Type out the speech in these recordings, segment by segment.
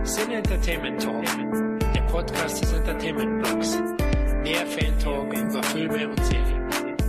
Cine Entertainment Talk, der Podcast des Entertainment Blogs. Der Fan-Talk über Filme und Serien.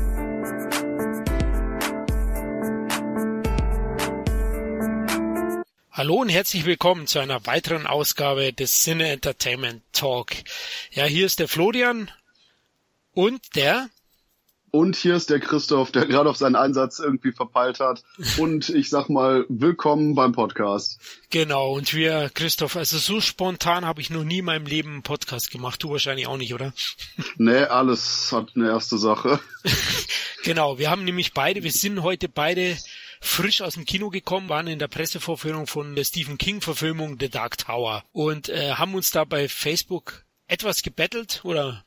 Hallo und herzlich willkommen zu einer weiteren Ausgabe des Cine Entertainment Talk. Ja, hier ist der Florian und der... Und hier ist der Christoph, der gerade auf seinen Einsatz irgendwie verpeilt hat. Und ich sag mal, willkommen beim Podcast. Genau, und wir, Christoph, also so spontan habe ich noch nie in meinem Leben einen Podcast gemacht. Du wahrscheinlich auch nicht, oder? Nee, alles hat eine erste Sache. Genau, wir sind heute beide frisch aus dem Kino gekommen, waren in der Pressevorführung von der Stephen King-Verfilmung The Dark Tower und haben uns da bei Facebook etwas gebettelt, oder...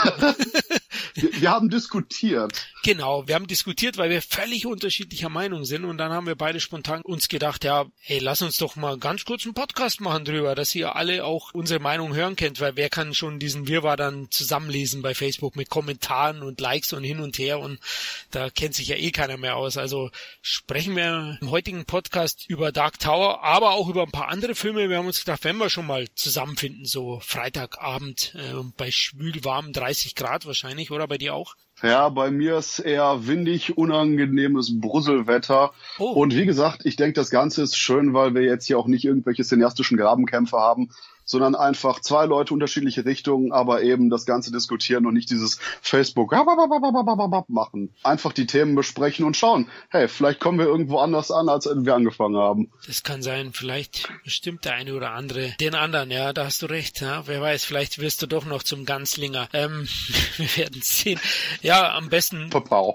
Wir haben diskutiert. Genau, wir haben diskutiert, weil wir völlig unterschiedlicher Meinung sind und dann haben wir beide spontan uns gedacht, ja, hey, lass uns doch mal ganz kurz einen Podcast machen drüber, dass ihr alle auch unsere Meinung hören könnt, weil wer kann schon diesen Wirrwarr dann zusammenlesen bei Facebook mit Kommentaren und Likes und hin und her und da kennt sich ja eh keiner mehr aus. Also sprechen wir im heutigen Podcast über Dark Tower, aber auch über ein paar andere Filme. Wir haben uns gedacht, wenn wir schon mal zusammenfinden, so Freitagabend bei schwül-warmen 30 Grad wahrscheinlich, oder bei dir auch? Ja, bei mir ist eher windig, unangenehmes Brüsselwetter. Oh. Und wie gesagt, ich denke, das Ganze ist schön, weil wir jetzt hier auch nicht irgendwelche cineastischen Grabenkämpfe haben, sondern einfach zwei Leute unterschiedliche Richtungen, aber eben das Ganze diskutieren und nicht dieses Facebook machen. Einfach die Themen besprechen und schauen, hey, vielleicht kommen wir irgendwo anders an, als wir angefangen haben. Das kann sein, vielleicht bestimmt der eine oder andere den anderen, ja, da hast du recht, ja? Wer weiß, vielleicht wirst du doch noch zum Ganzlinger. Wir werden sehen. Ja, am besten... Papau.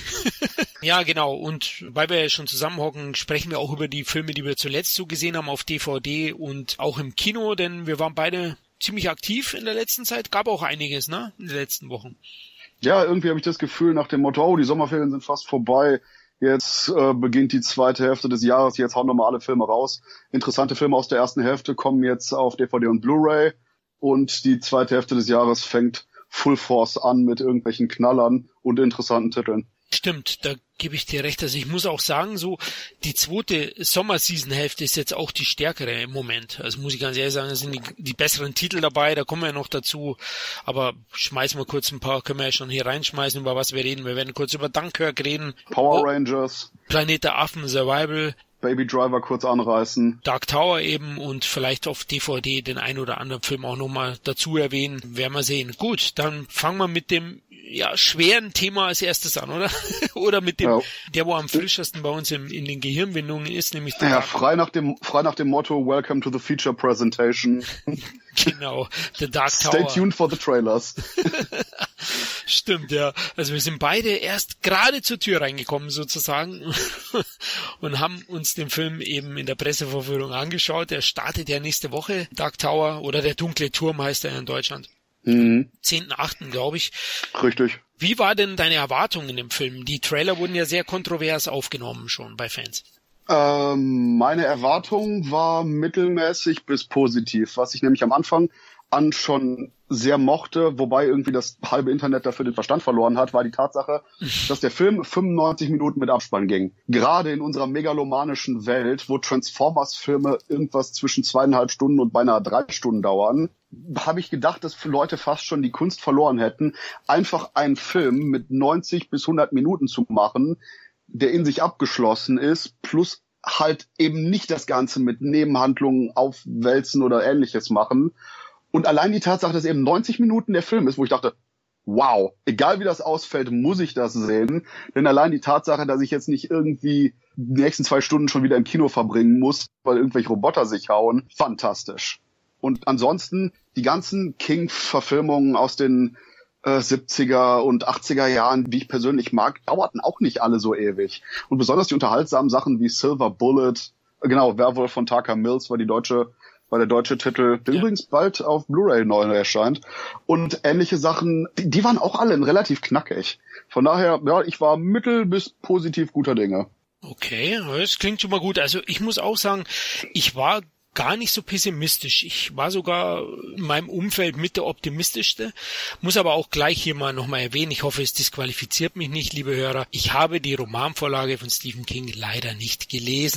Ja, genau, und weil wir ja schon zusammenhocken, sprechen wir auch über die Filme, die wir zuletzt so gesehen haben auf DVD und auch im Kino, denn wir waren beide ziemlich aktiv in der letzten Zeit, gab auch einiges, ne, in den letzten Wochen. Ja, irgendwie habe ich das Gefühl nach dem Motto, die Sommerferien sind fast vorbei, jetzt beginnt die zweite Hälfte des Jahres, jetzt hauen wir mal alle Filme raus. Interessante Filme aus der ersten Hälfte kommen jetzt auf DVD und Blu-ray und die zweite Hälfte des Jahres fängt Full Force an mit irgendwelchen Knallern und interessanten Titeln. Stimmt, da gebe ich dir recht. Also ich muss auch sagen, so die zweite Sommerseason-Hälfte ist jetzt auch die stärkere im Moment. Also muss ich ganz ehrlich sagen, da sind die besseren Titel dabei, da kommen wir ja noch dazu. Aber schmeißen wir kurz ein paar, können wir ja schon hier reinschmeißen, über was wir reden. Wir werden kurz über Dunkirk reden. Power Rangers. Planet der Affen, Survival. Baby Driver kurz anreißen. Dark Tower eben und vielleicht auf DVD den ein oder anderen Film auch nochmal dazu erwähnen. Werden wir sehen. Gut, dann fangen wir mit dem schweren Thema als erstes an, oder? Oder mit dem, der wo am frischesten bei uns in den Gehirnwindungen ist, nämlich der Dark frei nach dem Motto Welcome to the Feature Presentation. Genau, The Dark Tower. Stay tuned for the trailers. Stimmt, ja. Also wir sind beide erst gerade zur Tür reingekommen sozusagen und haben uns den Film eben in der Pressevorführung angeschaut. Der startet ja nächste Woche, Dark Tower, oder der dunkle Turm heißt er in Deutschland. 10.8., glaube ich. Richtig. Wie war denn deine Erwartung in dem Film? Die Trailer wurden ja sehr kontrovers aufgenommen schon bei Fans. Meine Erwartung war mittelmäßig bis positiv, was ich nämlich am Anfang an schon sehr mochte, wobei irgendwie das halbe Internet dafür den Verstand verloren hat, war die Tatsache, dass der Film 95 Minuten mit Abspann ging. Gerade in unserer megalomanischen Welt, wo Transformers-Filme irgendwas zwischen 2,5 Stunden und beinahe 3 Stunden dauern, habe ich gedacht, dass Leute fast schon die Kunst verloren hätten, einfach einen Film mit 90 bis 100 Minuten zu machen, der in sich abgeschlossen ist, plus halt eben nicht das Ganze mit Nebenhandlungen aufwälzen oder Ähnliches machen. Und allein die Tatsache, dass eben 90 Minuten der Film ist, wo ich dachte, wow, egal wie das ausfällt, muss ich das sehen. Denn allein die Tatsache, dass ich jetzt nicht irgendwie die nächsten 2 Stunden schon wieder im Kino verbringen muss, weil irgendwelche Roboter sich hauen, fantastisch. Und ansonsten die ganzen King-Verfilmungen aus den 70er und 80er Jahren, die ich persönlich mag, dauerten auch nicht alle so ewig. Und besonders die unterhaltsamen Sachen wie Silver Bullet, genau, Werwolf von Tucker Mills war der deutsche Titel, der übrigens bald auf Blu-ray neu erscheint. Und ähnliche Sachen, die waren auch alle relativ knackig. Von daher, ja, ich war mittel bis positiv guter Dinge. Okay, das klingt schon mal gut. Also ich muss auch sagen, ich war gar nicht so pessimistisch. Ich war sogar in meinem Umfeld mit der optimistischste. Muss aber auch gleich hier mal nochmal erwähnen, ich hoffe, es disqualifiziert mich nicht, liebe Hörer. Ich habe die Romanvorlage von Stephen King leider nicht gelesen.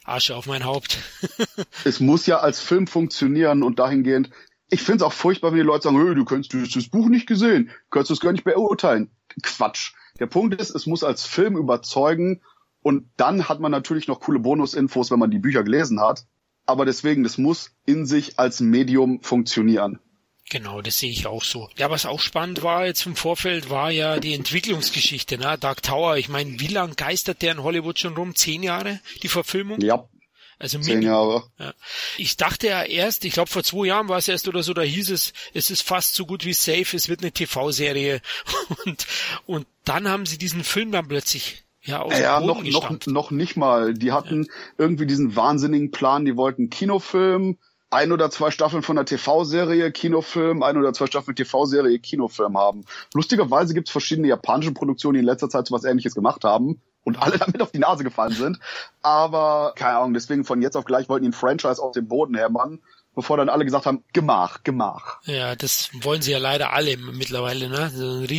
Asche auf mein Haupt. Es muss ja als Film funktionieren und dahingehend, ich finde es auch furchtbar, wenn die Leute sagen, hey, du hast das Buch nicht gesehen, du kannst das gar nicht beurteilen. Quatsch. Der Punkt ist, es muss als Film überzeugen und dann hat man natürlich noch coole Bonusinfos, wenn man die Bücher gelesen hat. Aber deswegen, das muss in sich als Medium funktionieren. Genau, das sehe ich auch so. Ja, was auch spannend war jetzt im Vorfeld, war ja die Entwicklungsgeschichte, ne? Dark Tower, ich meine, wie lang geistert der in Hollywood schon rum? 10 Jahre, die Verfilmung? Ja. Also 10 Jahre. Ja. Ich dachte ja erst, ich glaube vor 2 Jahren war es erst oder so, da hieß es ist fast so gut wie safe, es wird eine TV-Serie. Und dann haben sie diesen Film dann plötzlich aus dem Boden gestampft. Noch nicht mal. Die hatten irgendwie diesen wahnsinnigen Plan, die wollten Kinofilm, 1 oder 2 Staffeln von der TV-Serie, Kinofilm, 1 oder 2 Staffeln TV-Serie, Kinofilm haben. Lustigerweise gibt es verschiedene japanische Produktionen, die in letzter Zeit so was Ähnliches gemacht haben und alle damit auf die Nase gefallen sind. Aber, keine Ahnung, deswegen von jetzt auf gleich wollten die ein Franchise aus dem Boden hämmern, bevor dann alle gesagt haben, Gemach. Ja, das wollen sie ja leider alle mittlerweile, ne?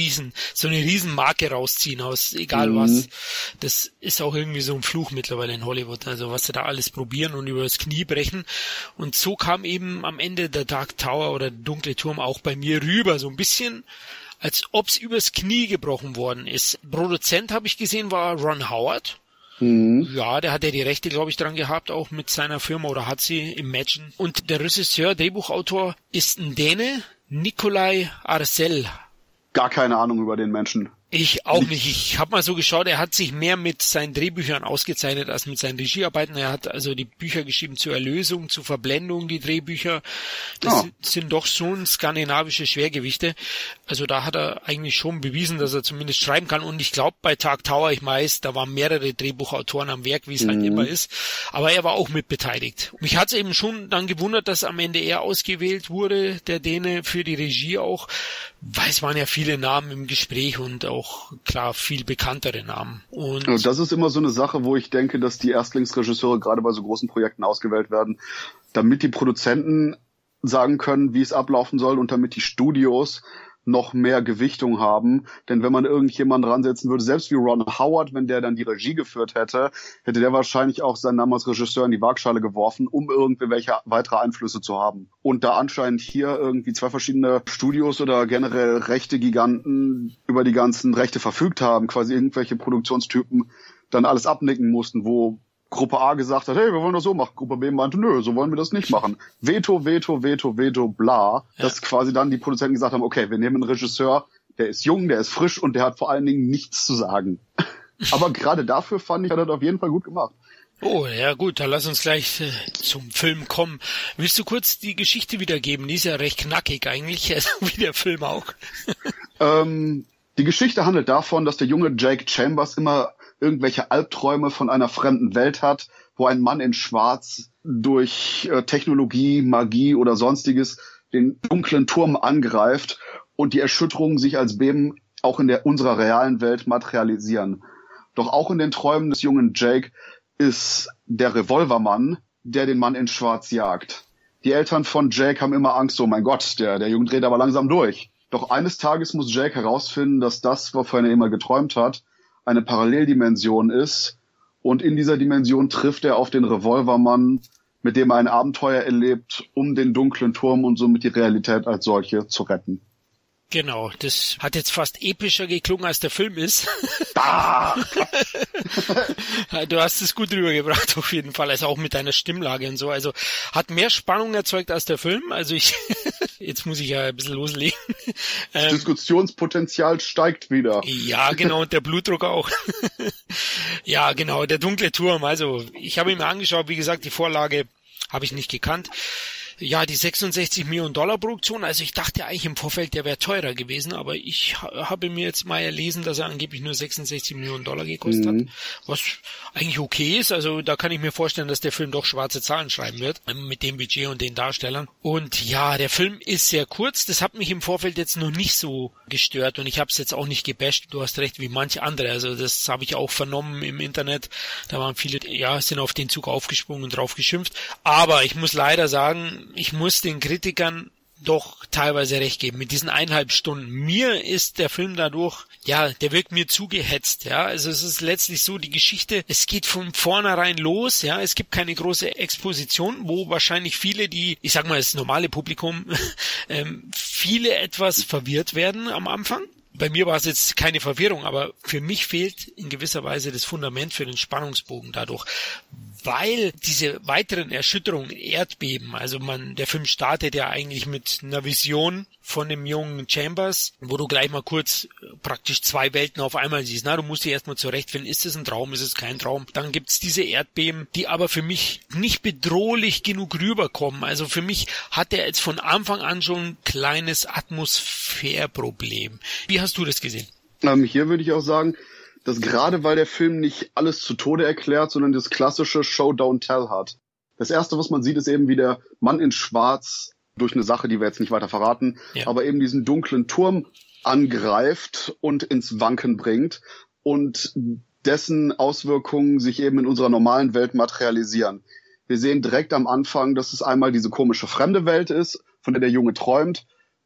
So eine Riesenmarke rausziehen aus egal was. Das ist auch irgendwie so ein Fluch mittlerweile in Hollywood, also was sie da alles probieren und über das Knie brechen. Und so kam eben am Ende der Dark Tower oder der Dunkle Turm auch bei mir rüber, so ein bisschen, als ob's übers Knie gebrochen worden ist. Produzent, habe ich gesehen, war Ron Howard. Ja, der hat ja die Rechte, glaube ich, dran gehabt, auch mit seiner Firma, oder hat sie, Imagine. Und der Regisseur, Drehbuchautor ist ein Däne, Nikolai Arcel. Gar keine Ahnung über den Menschen. Ich auch nicht. Ich habe mal so geschaut, er hat sich mehr mit seinen Drehbüchern ausgezeichnet als mit seinen Regiearbeiten. Er hat also die Bücher geschrieben zur Erlösung, zur Verblendung, die Drehbücher. Das sind doch schon skandinavische Schwergewichte. Also da hat er eigentlich schon bewiesen, dass er zumindest schreiben kann. Und ich glaube, bei Dark Tower, ich weiß, da waren mehrere Drehbuchautoren am Werk, wie es halt immer ist. Aber er war auch mitbeteiligt. Mich hat es eben schon dann gewundert, dass am Ende er ausgewählt wurde, der Däne, für die Regie auch. Weil es waren ja viele Namen im Gespräch und auch, klar, viel bekanntere Namen. Und das ist immer so eine Sache, wo ich denke, dass die Erstlingsregisseure gerade bei so großen Projekten ausgewählt werden, damit die Produzenten sagen können, wie es ablaufen soll und damit die Studios noch mehr Gewichtung haben. Denn wenn man irgendjemanden ransetzen würde, selbst wie Ron Howard, wenn der dann die Regie geführt hätte, hätte der wahrscheinlich auch seinen Namen als Regisseur in die Waagschale geworfen, um irgendwelche weitere Einflüsse zu haben. Und da anscheinend hier irgendwie 2 verschiedene Studios oder generell Rechte-Giganten über die ganzen Rechte verfügt haben, quasi irgendwelche Produktionstypen dann alles abnicken mussten, wo Gruppe A gesagt hat, hey, wir wollen das so machen. Gruppe B meinte, nö, so wollen wir das nicht machen. Veto, bla. Ja. Dass quasi dann die Produzenten gesagt haben, okay, wir nehmen einen Regisseur, der ist jung, der ist frisch und der hat vor allen Dingen nichts zu sagen. Aber gerade dafür fand ich, hat er das auf jeden Fall gut gemacht. Oh, ja gut, dann lass uns gleich zum Film kommen. Willst du kurz die Geschichte wiedergeben? Die ist ja recht knackig eigentlich, wie der Film auch. Die Geschichte handelt davon, dass der junge Jake Chambers immer irgendwelche Albträume von einer fremden Welt hat, wo ein Mann in Schwarz durch Technologie, Magie oder sonstiges den dunklen Turm angreift und die Erschütterungen sich als Beben auch in unserer realen Welt materialisieren. Doch auch in den Träumen des jungen Jake ist der Revolvermann, der den Mann in Schwarz jagt. Die Eltern von Jake haben immer Angst, oh mein Gott, der Junge dreht aber langsam durch. Doch eines Tages muss Jake herausfinden, dass das, wovon er immer geträumt hat, eine Paralleldimension ist, und in dieser Dimension trifft er auf den Revolvermann, mit dem er ein Abenteuer erlebt, um den dunklen Turm und somit die Realität als solche zu retten. Genau, das hat jetzt fast epischer geklungen, als der Film ist. Du hast es gut rübergebracht auf jeden Fall, also auch mit deiner Stimmlage und so. Also hat mehr Spannung erzeugt als der Film. Also jetzt muss ich ja ein bisschen loslegen. Das Diskussionspotenzial steigt wieder. Ja, genau, und der Blutdruck auch. Ja, genau, der dunkle Turm. Also ich habe ihn mir angeschaut, wie gesagt, die Vorlage habe ich nicht gekannt. Ja, die 66 Millionen Dollar Produktion, also ich dachte eigentlich im Vorfeld, der wäre teurer gewesen, aber ich habe mir jetzt mal erlesen, dass er angeblich nur 66 Millionen Dollar gekostet hat, was eigentlich okay ist. Also da kann ich mir vorstellen, dass der Film doch schwarze Zahlen schreiben wird, mit dem Budget und den Darstellern. Und ja, der Film ist sehr kurz, das hat mich im Vorfeld jetzt noch nicht so gestört und ich habe es jetzt auch nicht gebasht, du hast recht, wie manche andere, also das habe ich auch vernommen im Internet, da waren viele, ja, sind auf den Zug aufgesprungen und drauf geschimpft, aber ich muss leider sagen, ich muss den Kritikern doch teilweise recht geben mit diesen 1,5 Stunden. Mir ist der Film dadurch, der wirkt mir zugehetzt, also es ist letztlich so, die Geschichte, es geht von vornherein los, es gibt keine große Exposition, wo wahrscheinlich viele, ich sag mal, das normale Publikum, viele etwas verwirrt werden am Anfang. Bei mir war es jetzt keine Verwirrung, aber für mich fehlt in gewisser Weise das Fundament für den Spannungsbogen dadurch, weil diese weiteren Erschütterungen, Erdbeben, also der Film startet ja eigentlich mit einer Vision von dem jungen Chambers, wo du gleich mal kurz praktisch 2 Welten auf einmal siehst. Du musst dich erstmal zurechtfinden, ist es ein Traum, ist es kein Traum? Dann gibt's diese Erdbeben, die aber für mich nicht bedrohlich genug rüberkommen. Also für mich hat er jetzt von Anfang an schon ein kleines Atmosphärproblem. Wie hast du das gesehen? Hier würde ich auch sagen, dass gerade weil der Film nicht alles zu Tode erklärt, sondern das klassische Show, Don't Tell hat. Das Erste, was man sieht, ist eben, wie der Mann in Schwarz durch eine Sache, die wir jetzt nicht weiter verraten, aber eben diesen dunklen Turm angreift und ins Wanken bringt und dessen Auswirkungen sich eben in unserer normalen Welt materialisieren. Wir sehen direkt am Anfang, dass es einmal diese komische fremde Welt ist, von der Junge träumt,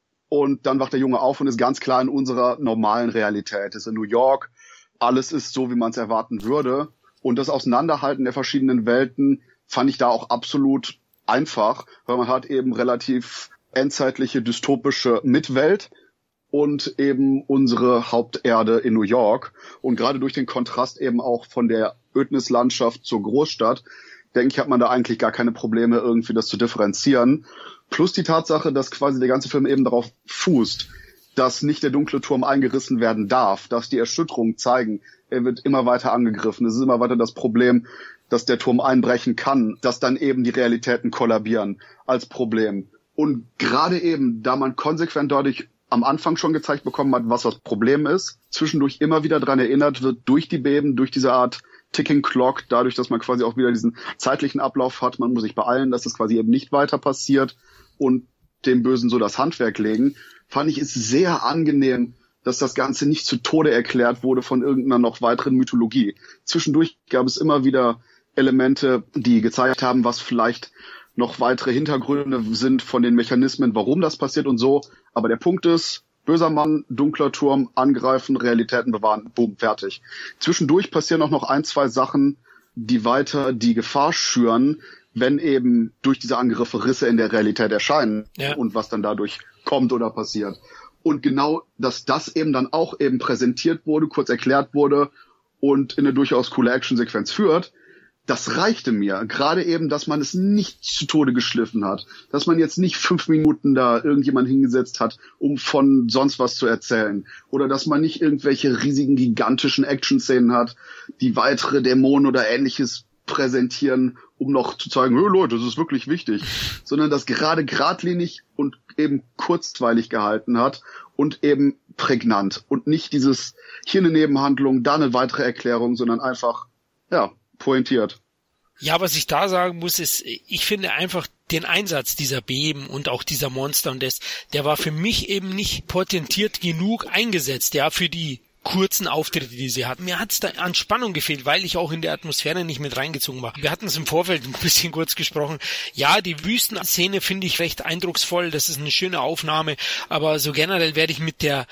und dann wacht der Junge auf und ist ganz klar in unserer normalen Realität. Es ist in New York, alles ist so, wie man es erwarten würde. Und das Auseinanderhalten der verschiedenen Welten fand ich da auch absolut einfach, weil man hat eben relativ endzeitliche, dystopische Mitwelt und eben unsere Haupterde in New York. Und gerade durch den Kontrast eben auch von der Ödnislandschaft zur Großstadt, denke ich, hat man da eigentlich gar keine Probleme, irgendwie das zu differenzieren. Plus die Tatsache, dass quasi der ganze Film eben darauf fußt, dass nicht der dunkle Turm eingerissen werden darf, dass die Erschütterungen zeigen, er wird immer weiter angegriffen. Es ist immer weiter das Problem, dass der Turm einbrechen kann, dass dann eben die Realitäten kollabieren als Problem. Und gerade eben, da man konsequent dadurch am Anfang schon gezeigt bekommen hat, was das Problem ist, zwischendurch immer wieder dran erinnert wird, durch die Beben, durch diese Art Ticking Clock, dadurch, dass man quasi auch wieder diesen zeitlichen Ablauf hat, man muss sich beeilen, dass das quasi eben nicht weiter passiert und dem Bösen so das Handwerk legen, fand ich es sehr angenehm, dass das Ganze nicht zu Tode erklärt wurde von irgendeiner noch weiteren Mythologie. Zwischendurch gab es immer wieder Elemente, die gezeigt haben, was vielleicht noch weitere Hintergründe sind von den Mechanismen, warum das passiert und so. Aber der Punkt ist, böser Mann, dunkler Turm, angreifen, Realitäten bewahren, boom, fertig. Zwischendurch passieren auch noch 1, 2 Sachen, die weiter die Gefahr schüren, wenn eben durch diese Angriffe Risse in der Realität erscheinen und was dann dadurch kommt oder passiert. Und genau, dass das eben dann auch eben präsentiert wurde, kurz erklärt wurde und in eine durchaus coole Actionsequenz führt, das reichte mir. Gerade eben, dass man es nicht zu Tode geschliffen hat. Dass man jetzt nicht 5 Minuten da irgendjemand hingesetzt hat, um von sonst was zu erzählen. Oder dass man nicht irgendwelche riesigen, gigantischen Action-Szenen hat, die weitere Dämonen oder Ähnliches präsentieren, um noch zu zeigen, hey Leute, das ist wirklich wichtig. Sondern das gerade geradlinig und eben kurzweilig gehalten hat und eben prägnant. Und nicht dieses, hier eine Nebenhandlung, da eine weitere Erklärung, sondern einfach, pointiert. Ja, was ich da sagen muss, ist, ich finde einfach den Einsatz dieser Beben und auch dieser Monster und der war für mich eben nicht potentiert genug eingesetzt, für die kurzen Auftritte, die sie hatten. Mir hat es da an Spannung gefehlt, weil ich auch in der Atmosphäre nicht mit reingezogen war. Wir hatten es im Vorfeld ein bisschen kurz gesprochen. Ja, die Wüstenszene finde ich recht eindrucksvoll, das ist eine schöne Aufnahme, aber so generell werde ich mit der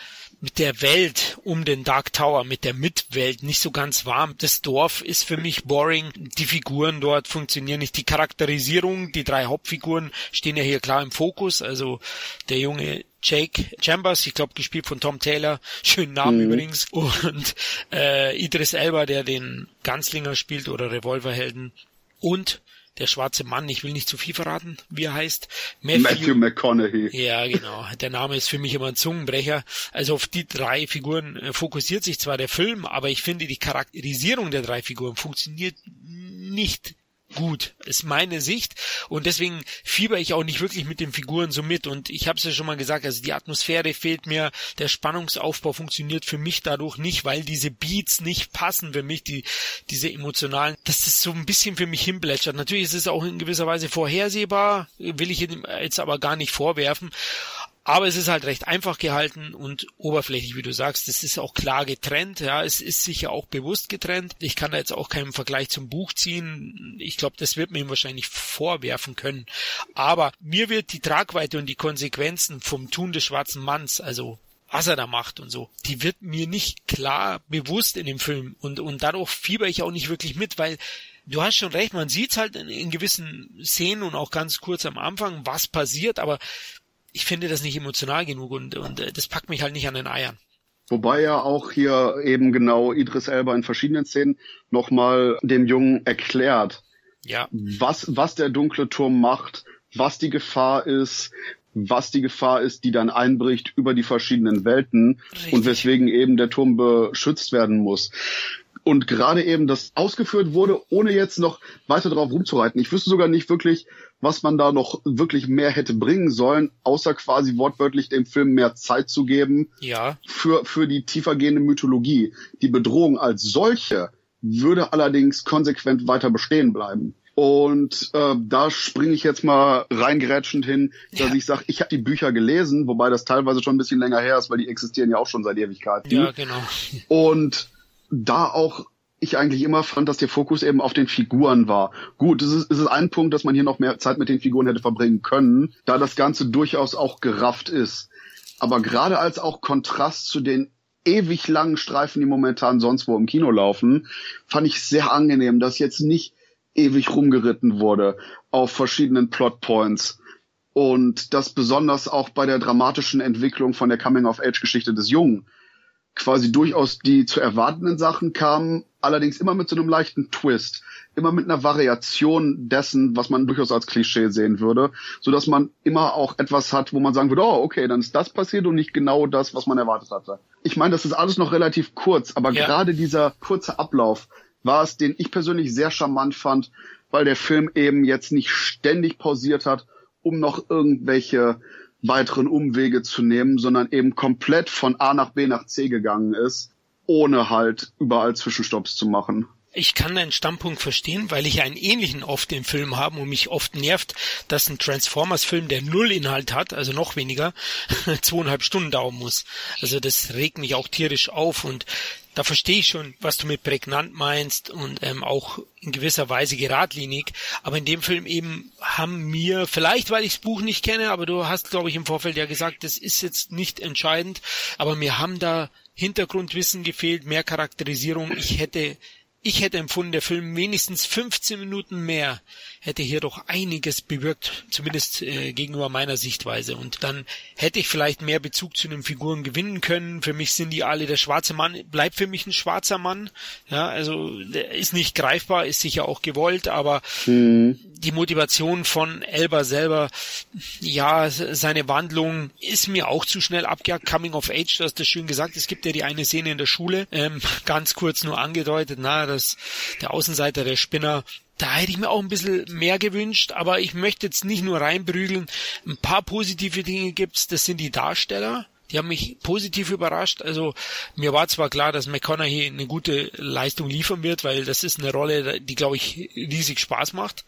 Welt um den Dark Tower, mit der Mitwelt nicht so ganz warm. Das Dorf ist für mich boring. Die Figuren dort funktionieren nicht. Die Charakterisierung, die 3 Hauptfiguren stehen ja hier klar im Fokus. Also der junge Jake Chambers, ich glaube gespielt von Tom Taylor, schönen Namen übrigens, und Idris Elba, der den Ganzlinger spielt oder Revolverhelden, und der schwarze Mann, ich will nicht zu viel verraten, wie er heißt. Matthew McConaughey. Ja, genau. Der Name ist für mich immer ein Zungenbrecher. Also auf die 3 Figuren fokussiert sich zwar der Film, aber ich finde, die Charakterisierung der 3 Figuren funktioniert nicht gut, ist meine Sicht, und deswegen fieber ich auch nicht wirklich mit den Figuren so mit, und ich habe es ja schon mal gesagt, also die Atmosphäre fehlt mir, der Spannungsaufbau funktioniert für mich dadurch nicht, weil diese Beats nicht passen für mich, diese emotionalen, dass das so ein bisschen für mich hinplätschert. Natürlich ist es auch in gewisser Weise vorhersehbar, will ich jetzt aber gar nicht vorwerfen, Aber es ist halt recht einfach gehalten und oberflächlich, wie du sagst. Es ist auch klar getrennt. Ja, es ist sicher auch bewusst getrennt. Ich kann da jetzt auch keinen Vergleich zum Buch ziehen. Ich glaube, das wird man ihm wahrscheinlich vorwerfen können. Aber mir wird die Tragweite und die Konsequenzen vom Tun des schwarzen Manns, also was er da macht und so, die wird mir nicht klar bewusst in dem Film. Und dadurch fieber ich auch nicht wirklich mit, weil du hast schon recht, man sieht halt in gewissen Szenen und auch ganz kurz am Anfang, was passiert, aber ich finde das nicht emotional genug und das packt mich halt nicht an den Eiern. Wobei ja auch hier eben genau Idris Elba in verschiedenen Szenen nochmal dem Jungen erklärt, ja, was der dunkle Turm macht, was die Gefahr ist, die dann einbricht über die verschiedenen Welten. Richtig. Und weswegen eben der Turm beschützt werden muss. Und gerade eben das ausgeführt wurde, ohne jetzt noch weiter drauf rumzureiten. Ich wüsste sogar nicht wirklich, was man da noch wirklich mehr hätte bringen sollen, außer quasi wortwörtlich dem Film mehr Zeit zu geben, ja, für die tiefergehende Mythologie. Die Bedrohung als solche würde allerdings konsequent weiter bestehen bleiben. Und da springe ich jetzt mal reingerätschend hin, dass ich sage, ich habe die Bücher gelesen, wobei das teilweise schon ein bisschen länger her ist, weil die existieren ja auch schon seit Ewigkeiten. Ja, genau. Und da auch ich eigentlich immer fand, dass der Fokus eben auf den Figuren war. Gut, es ist ein Punkt, dass man hier noch mehr Zeit mit den Figuren hätte verbringen können, da das Ganze durchaus auch gerafft ist. Aber gerade als auch Kontrast zu den ewig langen Streifen, die momentan sonst wo im Kino laufen, fand ich sehr angenehm, dass jetzt nicht ewig rumgeritten wurde auf verschiedenen Plotpoints. Und das besonders auch bei der dramatischen Entwicklung von der Coming-of-Age-Geschichte des Jungen quasi durchaus die zu erwartenden Sachen kamen, allerdings immer mit so einem leichten Twist, immer mit einer Variation dessen, was man durchaus als Klischee sehen würde, so dass man immer auch etwas hat, wo man sagen würde, oh, okay, dann ist das passiert und nicht genau das, was man erwartet hatte. Ich meine, das ist alles noch relativ kurz, aber gerade dieser kurze Ablauf war es, den ich persönlich sehr charmant fand, weil der Film eben jetzt nicht ständig pausiert hat, um noch irgendwelche weiteren Umwege zu nehmen, sondern eben komplett von A nach B nach C gegangen ist, ohne halt überall Zwischenstopps zu machen. Ich kann deinen Standpunkt verstehen, weil ich einen ähnlichen oft im Film habe und mich oft nervt, dass ein Transformers-Film, der null Inhalt hat, also noch weniger, 2,5 Stunden dauern muss. Also das regt mich auch tierisch auf und da verstehe ich schon, was du mit prägnant meinst und auch in gewisser Weise geradlinig. Aber in dem Film eben haben mir, vielleicht weil ich das Buch nicht kenne, aber du hast, glaube ich, im Vorfeld ja gesagt, das ist jetzt nicht entscheidend, aber mir haben da Hintergrundwissen gefehlt, mehr Charakterisierung. Ich hätte empfunden, der Film wenigstens 15 Minuten mehr hätte hier doch einiges bewirkt, zumindest gegenüber meiner Sichtweise. Und dann hätte ich vielleicht mehr Bezug zu den Figuren gewinnen können. Für mich sind die alle, der schwarze Mann bleibt für mich ein schwarzer Mann. Ja, also der ist nicht greifbar, ist sicher auch gewollt, aber die Motivation von Elba selber, ja, seine Wandlung ist mir auch zu schnell abgejagt. Coming of Age, du hast das schön gesagt, es gibt ja die eine Szene in der Schule, ganz kurz nur angedeutet, der Außenseiter, der Spinner, da hätte ich mir auch ein bisschen mehr gewünscht, aber ich möchte jetzt nicht nur reinprügeln. Ein paar positive Dinge gibt's, das sind die Darsteller. Die haben mich positiv überrascht. Also mir war zwar klar, dass McConaughey eine gute Leistung liefern wird, weil das ist eine Rolle, die, glaube ich, riesig Spaß macht.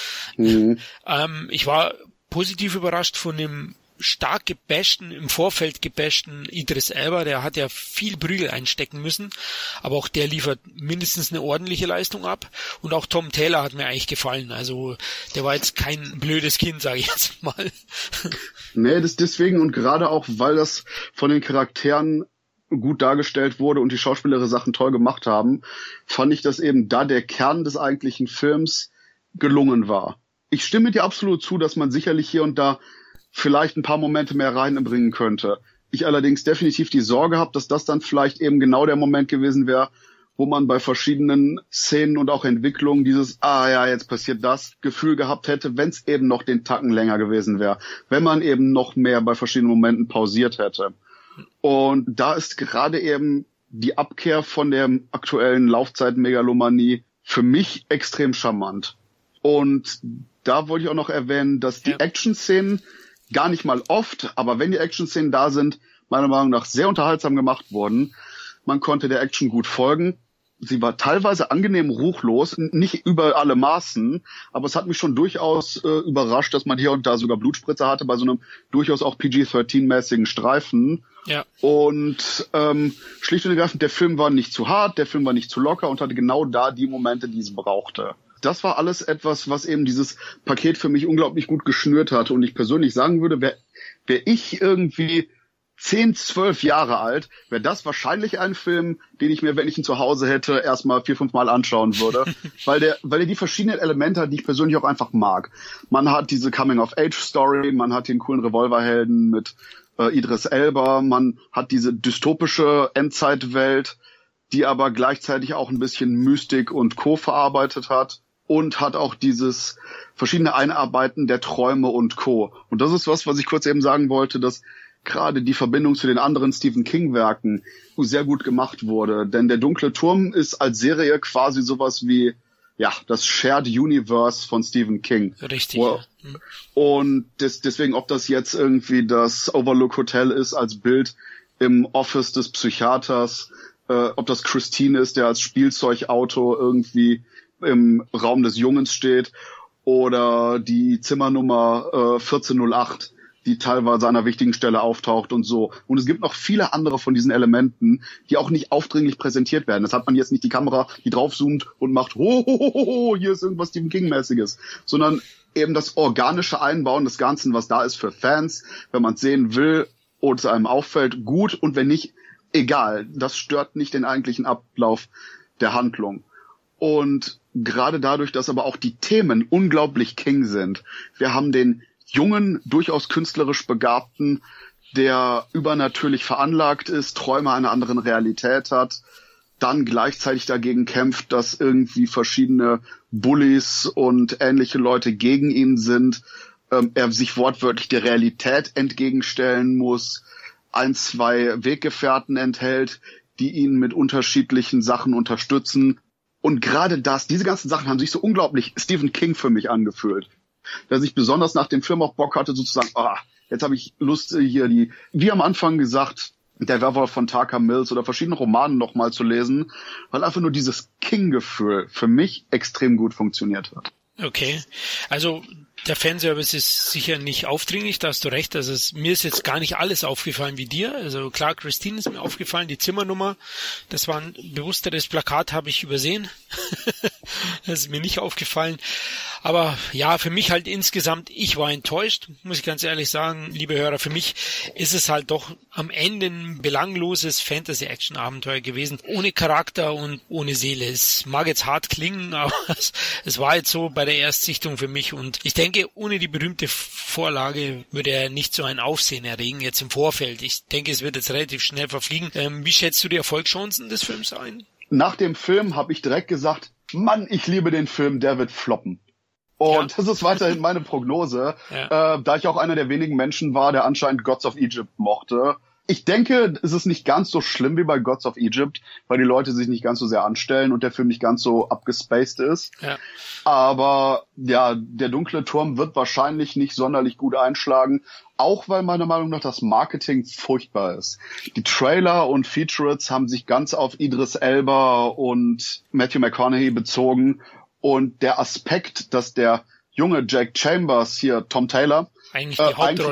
Ich war positiv überrascht von dem stark gebashten, im Vorfeld gebashten Idris Elba, der hat ja viel Prügel einstecken müssen, aber auch der liefert mindestens eine ordentliche Leistung ab und auch Tom Taylor hat mir eigentlich gefallen, also der war jetzt kein blödes Kind, sage ich jetzt mal. Nee, das deswegen und gerade auch, weil das von den Charakteren gut dargestellt wurde und die schauspielere Sachen toll gemacht haben, fand ich, dass eben da der Kern des eigentlichen Films gelungen war. Ich stimme dir absolut zu, dass man sicherlich hier und da vielleicht ein paar Momente mehr reinbringen könnte. Ich allerdings definitiv die Sorge habe, dass das dann vielleicht eben genau der Moment gewesen wäre, wo man bei verschiedenen Szenen und auch Entwicklungen dieses jetzt passiert das Gefühl gehabt hätte, wenn es eben noch den Tacken länger gewesen wäre, wenn man eben noch mehr bei verschiedenen Momenten pausiert hätte. Und da ist gerade eben die Abkehr von der aktuellen Laufzeit-Megalomanie für mich extrem charmant. Und da wollte ich auch noch erwähnen, dass die Action-Szenen gar nicht mal oft, aber wenn die Action-Szenen da sind, meiner Meinung nach sehr unterhaltsam gemacht wurden. Man konnte der Action gut folgen. sie war teilweise angenehm ruchlos, nicht über alle Maßen, aber es hat mich schon durchaus überrascht, dass man hier und da sogar Blutspritzer hatte bei so einem durchaus auch PG-13-mäßigen Streifen. Ja. Und schlicht und ergreifend, der Film war nicht zu hart, der Film war nicht zu locker und hatte genau da die Momente, die es brauchte. Das war alles etwas, was eben dieses Paket für mich unglaublich gut geschnürt hatte. Und ich persönlich sagen würde, wär ich irgendwie 10, 12 Jahre alt, wäre das wahrscheinlich ein Film, den ich mir, wenn ich ihn zu Hause hätte, erstmal 4, 5 Mal anschauen würde. weil er die verschiedenen Elemente hat, die ich persönlich auch einfach mag. Man hat diese Coming-of-Age-Story, man hat den coolen Revolverhelden mit Idris Elba, man hat diese dystopische Endzeitwelt, die aber gleichzeitig auch ein bisschen Mystik und Co. verarbeitet hat. Und hat auch dieses verschiedene Einarbeiten der Träume und Co. Und das ist was ich kurz eben sagen wollte, dass gerade die Verbindung zu den anderen Stephen King-Werken sehr gut gemacht wurde. Denn der Dunkle Turm ist als Serie quasi sowas wie, ja, das Shared Universe von Stephen King. Richtig. Ja. Und deswegen, ob das jetzt irgendwie das Overlook Hotel ist als Bild im Office des Psychiaters, ob das Christine ist, der als Spielzeugauto irgendwie im Raum des Jungens steht, oder die Zimmernummer 1408, die teilweise an einer wichtigen Stelle auftaucht und so. Und es gibt noch viele andere von diesen Elementen, die auch nicht aufdringlich präsentiert werden. Das hat man jetzt nicht die Kamera, die draufzoomt und macht, ho, hier ist irgendwas Stephen King-mäßiges, sondern eben das organische Einbauen des Ganzen, was da ist für Fans, wenn man es sehen will oder es einem auffällt, gut, und wenn nicht, egal. Das stört nicht den eigentlichen Ablauf der Handlung. Und gerade dadurch, dass aber auch die Themen unglaublich King sind. Wir haben den jungen, durchaus künstlerisch Begabten, der übernatürlich veranlagt ist, Träume einer anderen Realität hat, dann gleichzeitig dagegen kämpft, dass irgendwie verschiedene Bullies und ähnliche Leute gegen ihn sind, er sich wortwörtlich der Realität entgegenstellen muss, 1, 2 Weggefährten enthält, die ihn mit unterschiedlichen Sachen unterstützen. Und gerade diese ganzen Sachen haben sich so unglaublich Stephen King für mich angefühlt. Dass ich besonders nach dem Film auch Bock hatte, sozusagen, jetzt habe ich Lust, hier wie am Anfang gesagt, der Werwolf von Tucker Mills oder verschiedene Romane nochmal zu lesen, weil einfach nur dieses King-Gefühl für mich extrem gut funktioniert hat. Okay, also der Fanservice ist sicher nicht aufdringlich, da hast du recht. Also mir ist jetzt gar nicht alles aufgefallen wie dir. Also klar, Christine ist mir aufgefallen, die Zimmernummer, das war ein bewussteres Plakat, habe ich übersehen. Das ist mir nicht aufgefallen. Aber ja, für mich halt insgesamt, ich war enttäuscht, muss ich ganz ehrlich sagen, liebe Hörer. Für mich ist es halt doch am Ende ein belangloses Fantasy-Action-Abenteuer gewesen, ohne Charakter und ohne Seele. Es mag jetzt hart klingen, aber es war jetzt so bei der Erstsichtung für mich. Und ich denke, ohne die berühmte Vorlage würde er nicht so ein Aufsehen erregen, jetzt im Vorfeld. Ich denke, es wird jetzt relativ schnell verfliegen. Wie schätzt du die Erfolgschancen des Films ein? Nach dem Film habe ich direkt gesagt, Mann, ich liebe den Film, der wird floppen. Und das ist weiterhin meine Prognose, da ich auch einer der wenigen Menschen war, der anscheinend Gods of Egypt mochte. Ich denke, es ist nicht ganz so schlimm wie bei Gods of Egypt, weil die Leute sich nicht ganz so sehr anstellen und der Film nicht ganz so abgespaced ist. Ja. Aber ja, der Dunkle Turm wird wahrscheinlich nicht sonderlich gut einschlagen, auch weil meiner Meinung nach das Marketing furchtbar ist. Die Trailer und Featurettes haben sich ganz auf Idris Elba und Matthew McConaughey bezogen. Und der Aspekt, dass der junge Jack Chambers hier, Tom Taylor, eigentlich die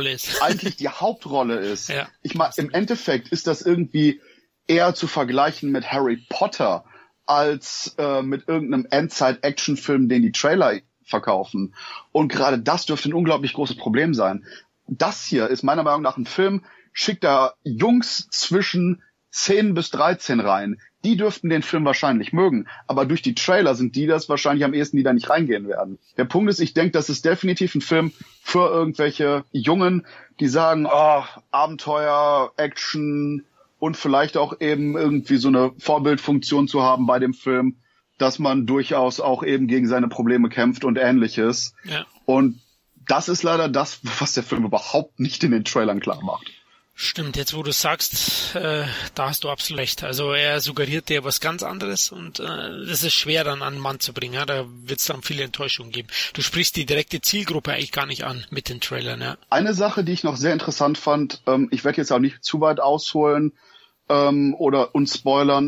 Hauptrolle ist. Ja, ich meine, im Endeffekt ist das irgendwie eher zu vergleichen mit Harry Potter als mit irgendeinem Endzeit-Action-Film, den die Trailer verkaufen. Und gerade das dürfte ein unglaublich großes Problem sein. Das hier ist meiner Meinung nach ein Film, schickt da Jungs zwischen 10 bis 13 rein. Die dürften den Film wahrscheinlich mögen, aber durch die Trailer sind die das wahrscheinlich am ehesten, die da nicht reingehen werden. Der Punkt ist, ich denke, das ist definitiv ein Film für irgendwelche Jungen, die sagen, Abenteuer, Action und vielleicht auch eben irgendwie so eine Vorbildfunktion zu haben bei dem Film, dass man durchaus auch eben gegen seine Probleme kämpft und Ähnliches. Ja. Und das ist leider das, was der Film überhaupt nicht in den Trailern klar macht. Stimmt, jetzt wo du sagst, da hast du absolut recht. Also er suggeriert dir was ganz anderes und das ist schwer dann an den Mann zu bringen. Ja? Da wird es dann viele Enttäuschungen geben. Du sprichst die direkte Zielgruppe eigentlich gar nicht an mit den Trailern. Ja? Eine Sache, die ich noch sehr interessant fand, ich werde jetzt auch nicht zu weit ausholen oder uns spoilern,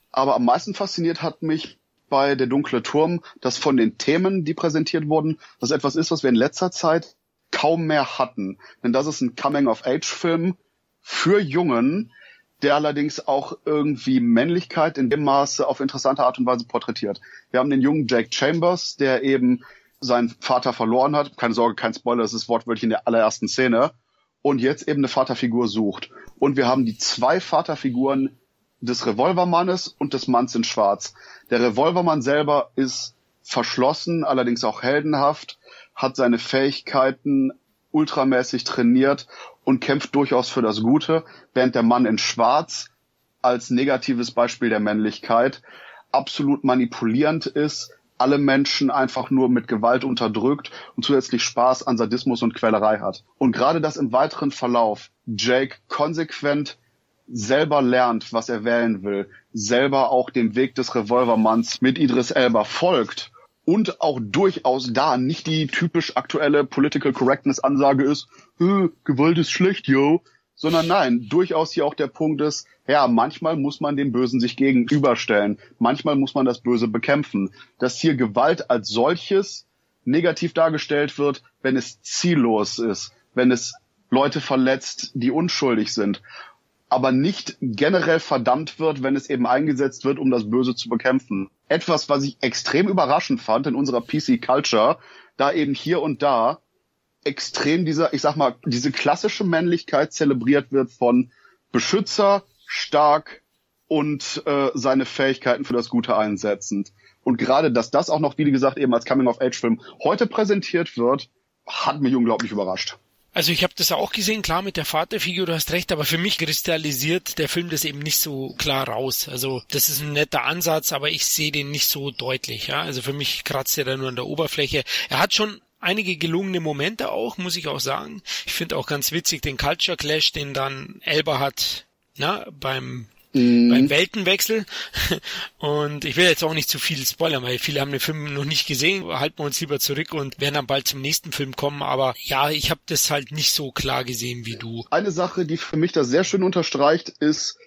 Aber am meisten fasziniert hat mich bei Der dunkle Turm, dass von den Themen, die präsentiert wurden, das etwas ist, was wir in letzter Zeit kaum mehr hatten. Denn das ist ein Coming-of-Age-Film für Jungen, der allerdings auch irgendwie Männlichkeit in dem Maße auf interessante Art und Weise porträtiert. Wir haben den jungen Jake Chambers, der eben seinen Vater verloren hat. Keine Sorge, kein Spoiler, das ist wortwörtlich in der allerersten Szene. Und jetzt eben eine Vaterfigur sucht. Und wir haben die 2 Vaterfiguren des Revolvermannes und des Manns in Schwarz. Der Revolvermann selber ist verschlossen, allerdings auch heldenhaft, hat seine Fähigkeiten ultramäßig trainiert und kämpft durchaus für das Gute, während der Mann in Schwarz als negatives Beispiel der Männlichkeit absolut manipulierend ist, alle Menschen einfach nur mit Gewalt unterdrückt und zusätzlich Spaß an Sadismus und Quälerei hat. Und gerade das im weiteren Verlauf Jake konsequent selber lernt, was er wählen will, selber auch dem Weg des Revolvermanns mit Idris Elba folgt und auch durchaus da nicht die typisch aktuelle Political Correctness Ansage ist, Gewalt ist schlecht, yo, sondern nein, durchaus hier auch der Punkt ist, ja, manchmal muss man dem Bösen sich gegenüberstellen, manchmal muss man das Böse bekämpfen. Dass hier Gewalt als solches negativ dargestellt wird, wenn es ziellos ist, wenn es Leute verletzt, die unschuldig sind, aber nicht generell verdammt wird, wenn es eben eingesetzt wird, um das Böse zu bekämpfen. Etwas, was ich extrem überraschend fand in unserer PC-Culture, da eben hier und da extrem diese klassische Männlichkeit zelebriert wird von Beschützer, stark und seine Fähigkeiten für das Gute einsetzend. Und gerade, dass das auch noch, wie gesagt, eben als Coming-of-Age-Film heute präsentiert wird, hat mich unglaublich überrascht. Also ich habe das auch gesehen, klar mit der Vaterfigur, du hast recht, aber für mich kristallisiert der Film das eben nicht so klar raus. Also das ist ein netter Ansatz, aber ich sehe den nicht so deutlich. Ja? Also für mich kratzt er da nur an der Oberfläche. Er hat schon einige gelungene Momente auch, muss ich auch sagen. Ich finde auch ganz witzig den Culture Clash, den dann Elba hat, beim Weltenwechsel. Und ich will jetzt auch nicht zu viel spoilern, weil viele haben den Film noch nicht gesehen. Halten wir uns lieber zurück und werden dann bald zum nächsten Film kommen. Aber ja, ich habe das halt nicht so klar gesehen wie du. Eine Sache, die für mich das sehr schön unterstreicht, ist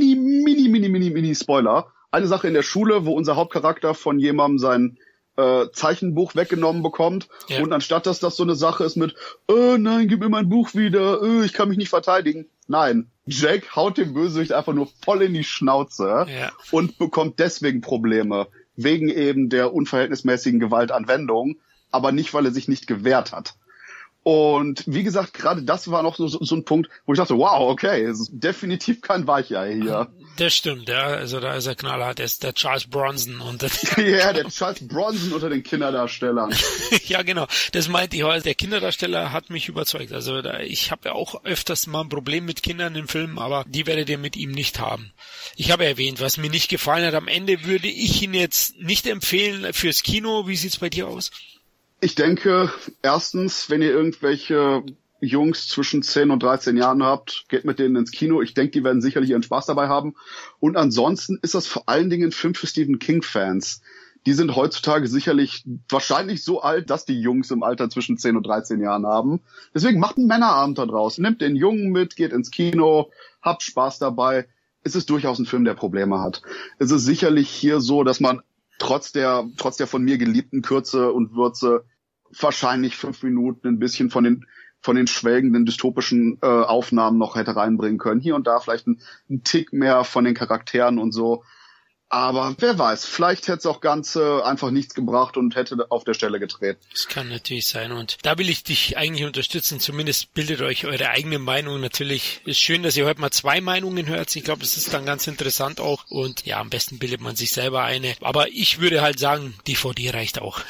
mini Spoiler. Eine Sache in der Schule, wo unser Hauptcharakter von jemandem sein Zeichenbuch weggenommen bekommt. Ja. Und anstatt dass das so eine Sache ist mit, nein, gib mir mein Buch wieder, ich kann mich nicht verteidigen. Nein, Jake haut dem Bösewicht einfach nur voll in die Schnauze und bekommt deswegen Probleme. Wegen eben der unverhältnismäßigen Gewaltanwendung, aber nicht, weil er sich nicht gewehrt hat. Und wie gesagt, gerade das war noch so ein Punkt, wo ich dachte, wow, okay, es ist definitiv kein Weichei hier. Das stimmt, ja, also da ist er knallhart, der ist der Charles Bronson. Ja, der Charles Bronson unter den Kinderdarstellern. Ja, genau, das meinte ich heute. Der Kinderdarsteller hat mich überzeugt. Also ich habe ja auch öfters mal ein Problem mit Kindern in Filmen, aber die werdet ihr mit ihm nicht haben. Ich habe erwähnt, was mir nicht gefallen hat. Am Ende würde ich ihn jetzt nicht empfehlen fürs Kino. Wie sieht's bei dir aus? Ich denke, erstens, wenn ihr irgendwelche Jungs zwischen 10 und 13 Jahren habt, geht mit denen ins Kino. Ich denke, die werden sicherlich ihren Spaß dabei haben. Und ansonsten ist das vor allen Dingen ein Film für Stephen King-Fans. Die sind heutzutage sicherlich wahrscheinlich so alt, dass die Jungs im Alter zwischen 10 und 13 Jahren haben. Deswegen macht einen Männerabend da draus. Nehmt den Jungen mit, geht ins Kino, habt Spaß dabei. Es ist durchaus ein Film, der Probleme hat. Es ist sicherlich hier so, dass man trotz der von mir geliebten Kürze und Würze wahrscheinlich 5 Minuten ein bisschen von den schwelgenden dystopischen Aufnahmen noch hätte reinbringen können. Hier und da vielleicht ein Tick mehr von den Charakteren und so. Aber wer weiß, vielleicht hätte es auch Ganze einfach nichts gebracht und hätte auf der Stelle gedreht. Das kann natürlich sein und da will ich dich eigentlich unterstützen. Zumindest bildet euch eure eigene Meinung. Natürlich ist schön, dass ihr heute mal 2 Meinungen hört. Ich glaube, es ist dann ganz interessant auch und ja, am besten bildet man sich selber eine. Aber ich würde halt sagen, DVD reicht auch.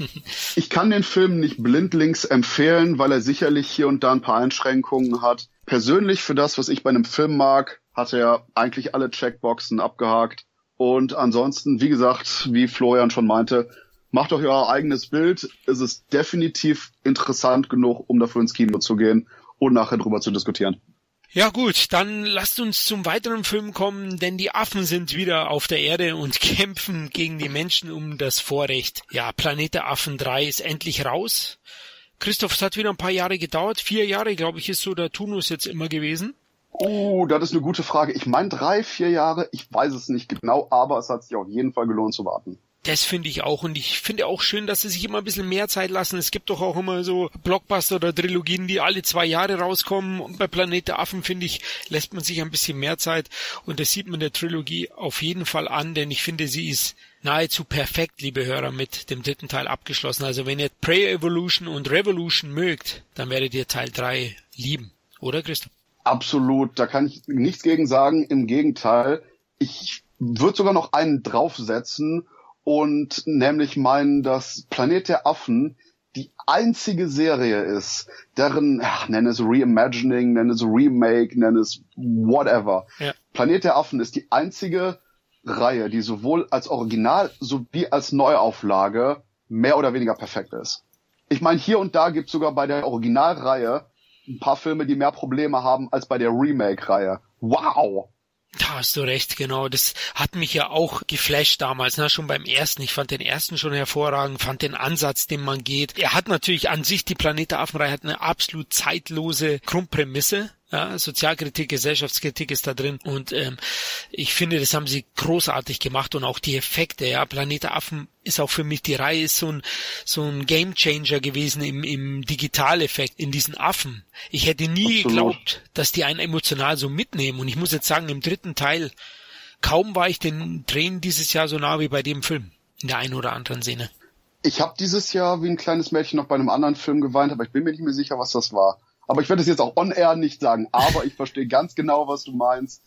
Ich kann den Film nicht blindlings empfehlen, weil er sicherlich hier und da ein paar Einschränkungen hat. Persönlich für das, was ich bei einem Film mag, hat er eigentlich alle Checkboxen abgehakt. Und ansonsten, wie gesagt, wie Florian schon meinte, macht euch euer eigenes Bild. Es ist definitiv interessant genug, um dafür ins Kino zu gehen und nachher drüber zu diskutieren. Ja gut, dann lasst uns zum weiteren Film kommen, denn die Affen sind wieder auf der Erde und kämpfen gegen die Menschen um das Vorrecht. Ja, Planet der Affen 3 ist endlich raus. Christoph, es hat wieder ein paar Jahre gedauert. 4 Jahre, glaube ich, ist so der Turnus jetzt immer gewesen. Das ist eine gute Frage. Ich meine 3-4 Jahre, ich weiß es nicht genau, aber es hat sich auf jeden Fall gelohnt zu warten. Das finde ich auch, und ich finde auch schön, dass sie sich immer ein bisschen mehr Zeit lassen. Es gibt doch auch immer so Blockbuster oder Trilogien, die alle 2 Jahre rauskommen. Und bei Planet der Affen, finde ich, lässt man sich ein bisschen mehr Zeit, und das sieht man der Trilogie auf jeden Fall an, denn ich finde, sie ist nahezu perfekt, liebe Hörer, mit dem 3. Teil abgeschlossen. Also wenn ihr Prey Evolution und Revolution mögt, dann werdet ihr Teil 3 lieben, oder Christoph? Absolut, da kann ich nichts gegen sagen. Im Gegenteil, ich würde sogar noch einen draufsetzen und nämlich meinen, dass Planet der Affen die einzige Serie ist, deren, nenn es Reimagining, nenn es Remake, nenn es whatever. Ja. Planet der Affen ist die einzige Reihe, die sowohl als Original sowie als Neuauflage mehr oder weniger perfekt ist. Ich meine, hier und da gibt es sogar bei der Originalreihe ein paar Filme, die mehr Probleme haben als bei der Remake-Reihe. Wow! Da hast du recht, genau. Das hat mich ja auch geflasht damals, schon beim ersten. Ich fand den ersten schon hervorragend, fand den Ansatz, den man geht. Er hat natürlich an sich, die Planet der Affen-Reihe hat eine absolut zeitlose Grundprämisse. Ja, Sozialkritik, Gesellschaftskritik ist da drin, und ich finde, das haben sie großartig gemacht, und auch die Effekte. Ja, Planet der Affen ist auch für mich, die Reihe ist so ein Gamechanger gewesen im Digitaleffekt, in diesen Affen. Ich hätte nie geglaubt, dass die einen emotional so mitnehmen, und ich muss jetzt sagen, im 3. Teil kaum war ich den Tränen dieses Jahr so nah wie bei dem Film, in der einen oder anderen Szene. Ich habe dieses Jahr wie ein kleines Mädchen noch bei einem anderen Film geweint, aber ich bin mir nicht mehr sicher, was das war. Aber ich werde es jetzt auch on-air nicht sagen, aber ich verstehe ganz genau, was du meinst,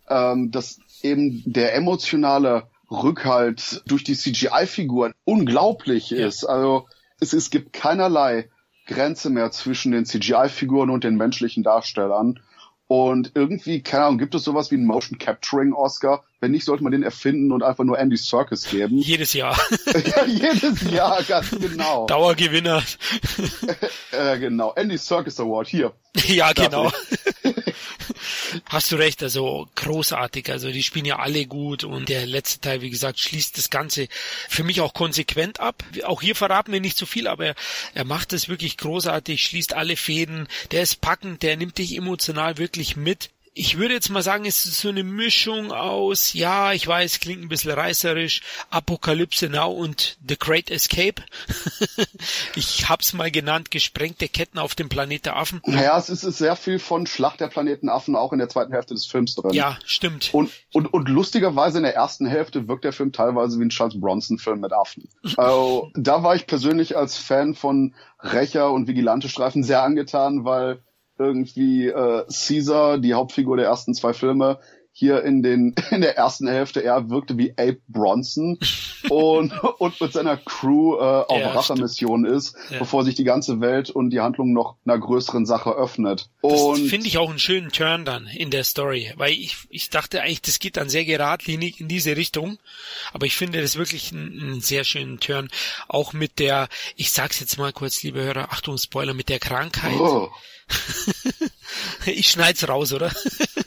dass eben der emotionale Rückhalt durch die CGI-Figuren unglaublich ist. Also es gibt keinerlei Grenze mehr zwischen den CGI-Figuren und den menschlichen Darstellern. Und irgendwie, keine Ahnung, gibt es sowas wie einen Motion Capturing Oscar? Wenn nicht, sollte man den erfinden und einfach nur Andy Serkis geben. Jedes Jahr. Ja, jedes Jahr, ganz genau. Dauergewinner. Genau, Andy Serkis Award, hier. Ja, genau. Hast du recht, also großartig, also die spielen ja alle gut, und der letzte Teil, wie gesagt, schließt das Ganze für mich auch konsequent ab. Auch hier verraten wir nicht so viel, aber er macht es wirklich großartig, schließt alle Fäden, der ist packend, der nimmt dich emotional wirklich mit. Ich würde jetzt mal sagen, es ist so eine Mischung aus, ja, ich weiß, klingt ein bisschen reißerisch, Apokalypse Now und The Great Escape. Ich hab's mal genannt, gesprengte Ketten auf dem Planet der Affen. Naja, es ist sehr viel von Schlacht der Planetenaffen auch in der zweiten Hälfte des Films drin. Ja, stimmt. Und lustigerweise in der ersten Hälfte wirkt der Film teilweise wie ein Charles Bronson-Film mit Affen. Also, da war ich persönlich als Fan von Rächer und Vigilante-Streifen sehr angetan, weil irgendwie Caesar, die Hauptfigur der ersten 2 Filme, hier in der ersten Hälfte eher wirkte wie Abe Bronson und mit seiner Crew auf Rachemission ist, bevor sich die ganze Welt und die Handlung noch einer größeren Sache öffnet. Und das finde ich auch einen schönen Turn dann in der Story, weil ich dachte eigentlich, das geht dann sehr geradlinig in diese Richtung, aber ich finde das wirklich einen sehr schönen Turn, auch mit der, ich sag's jetzt mal kurz, liebe Hörer, Achtung, Spoiler, mit der Krankheit. Oh. Ich schneid's raus, oder?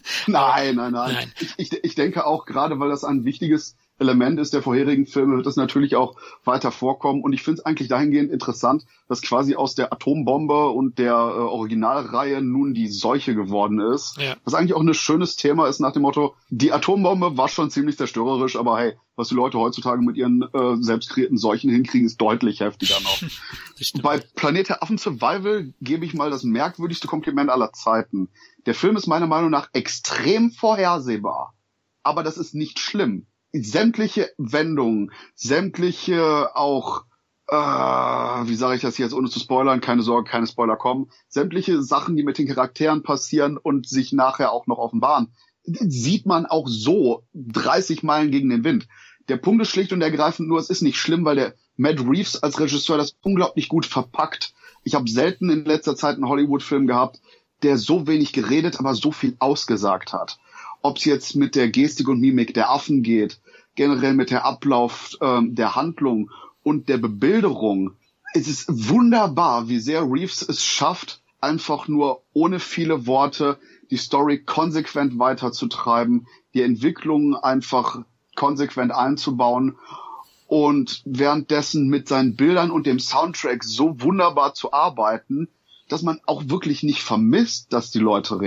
Nein. Ich denke auch, gerade weil das ein wichtiges Element ist der vorherigen Filme, wird das natürlich auch weiter vorkommen. Und ich finde es eigentlich dahingehend interessant, dass quasi aus der Atombombe und der Originalreihe nun die Seuche geworden ist. Ja. Was eigentlich auch ein schönes Thema ist nach dem Motto, die Atombombe war schon ziemlich zerstörerisch, aber hey, was die Leute heutzutage mit ihren selbst kreierten Seuchen hinkriegen, ist deutlich heftiger noch. Bei Planet der Affen Survival gebe ich mal das merkwürdigste Kompliment aller Zeiten. Der Film ist meiner Meinung nach extrem vorhersehbar. Aber das ist nicht schlimm. Sämtliche Wendungen, sämtliche auch, wie sage ich das jetzt, ohne zu spoilern, keine Sorge, keine Spoiler kommen, sämtliche Sachen, die mit den Charakteren passieren und sich nachher auch noch offenbaren, sieht man auch so 30 Meilen gegen den Wind. Der Punkt ist schlicht und ergreifend nur, es ist nicht schlimm, weil der Matt Reeves als Regisseur das unglaublich gut verpackt. Ich habe selten in letzter Zeit einen Hollywood-Film gehabt, der so wenig geredet, aber so viel ausgesagt hat. Ob es jetzt mit der Gestik und Mimik der Affen geht, generell mit der Ablauf der Handlung und der Bebilderung. Es ist wunderbar, wie sehr Reeves es schafft, einfach nur ohne viele Worte die Story konsequent weiterzutreiben, die Entwicklung einfach konsequent einzubauen und währenddessen mit seinen Bildern und dem Soundtrack so wunderbar zu arbeiten, dass man auch wirklich nicht vermisst, dass die Leute reden.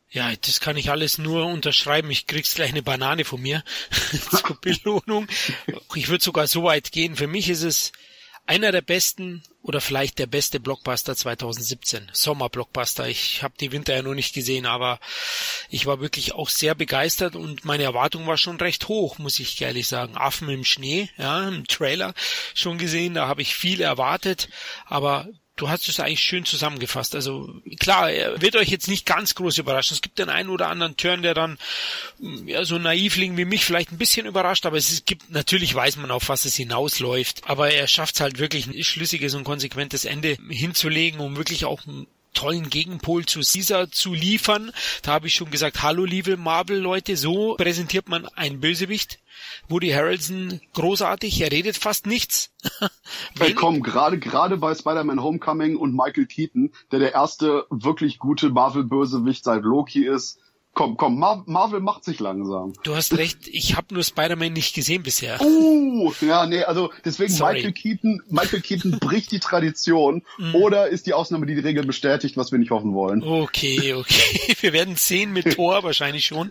Ja, das kann ich alles nur unterschreiben. Ich krieg's gleich eine Banane von mir zur Belohnung. Ich würde sogar so weit gehen. Für mich ist es einer der besten oder vielleicht der beste Blockbuster 2017. Sommerblockbuster. Ich habe die Winter ja noch nicht gesehen, aber ich war wirklich auch sehr begeistert und meine Erwartung war schon recht hoch, muss ich ehrlich sagen. Affen im Schnee, ja, im Trailer schon gesehen, da habe ich viel erwartet, aber du hast es eigentlich schön zusammengefasst. Also klar, er wird euch jetzt nicht ganz groß überraschen. Es gibt den einen oder anderen Turn, der dann ja, so Naivling wie mich vielleicht ein bisschen überrascht, aber natürlich weiß man, auf was es hinausläuft. Aber er schafft es halt wirklich ein schlüssiges und konsequentes Ende hinzulegen, um wirklich auch einen tollen Gegenpol zu Caesar zu liefern. Da habe ich schon gesagt, hallo liebe Marvel-Leute, so präsentiert man einen Bösewicht. Woody Harrelson, großartig, er redet fast nichts. Komm, gerade bei Spider-Man Homecoming und Michael Keaton, der erste wirklich gute Marvel-Bösewicht seit Loki ist. Komm, Marvel macht sich langsam. Du hast recht, ich habe nur Spider-Man nicht gesehen bisher. Ja, nee, also deswegen Michael Keaton bricht die Tradition oder ist die Ausnahme, die Regel bestätigt, was wir nicht hoffen wollen. Okay, wir werden sehen mit Thor wahrscheinlich schon.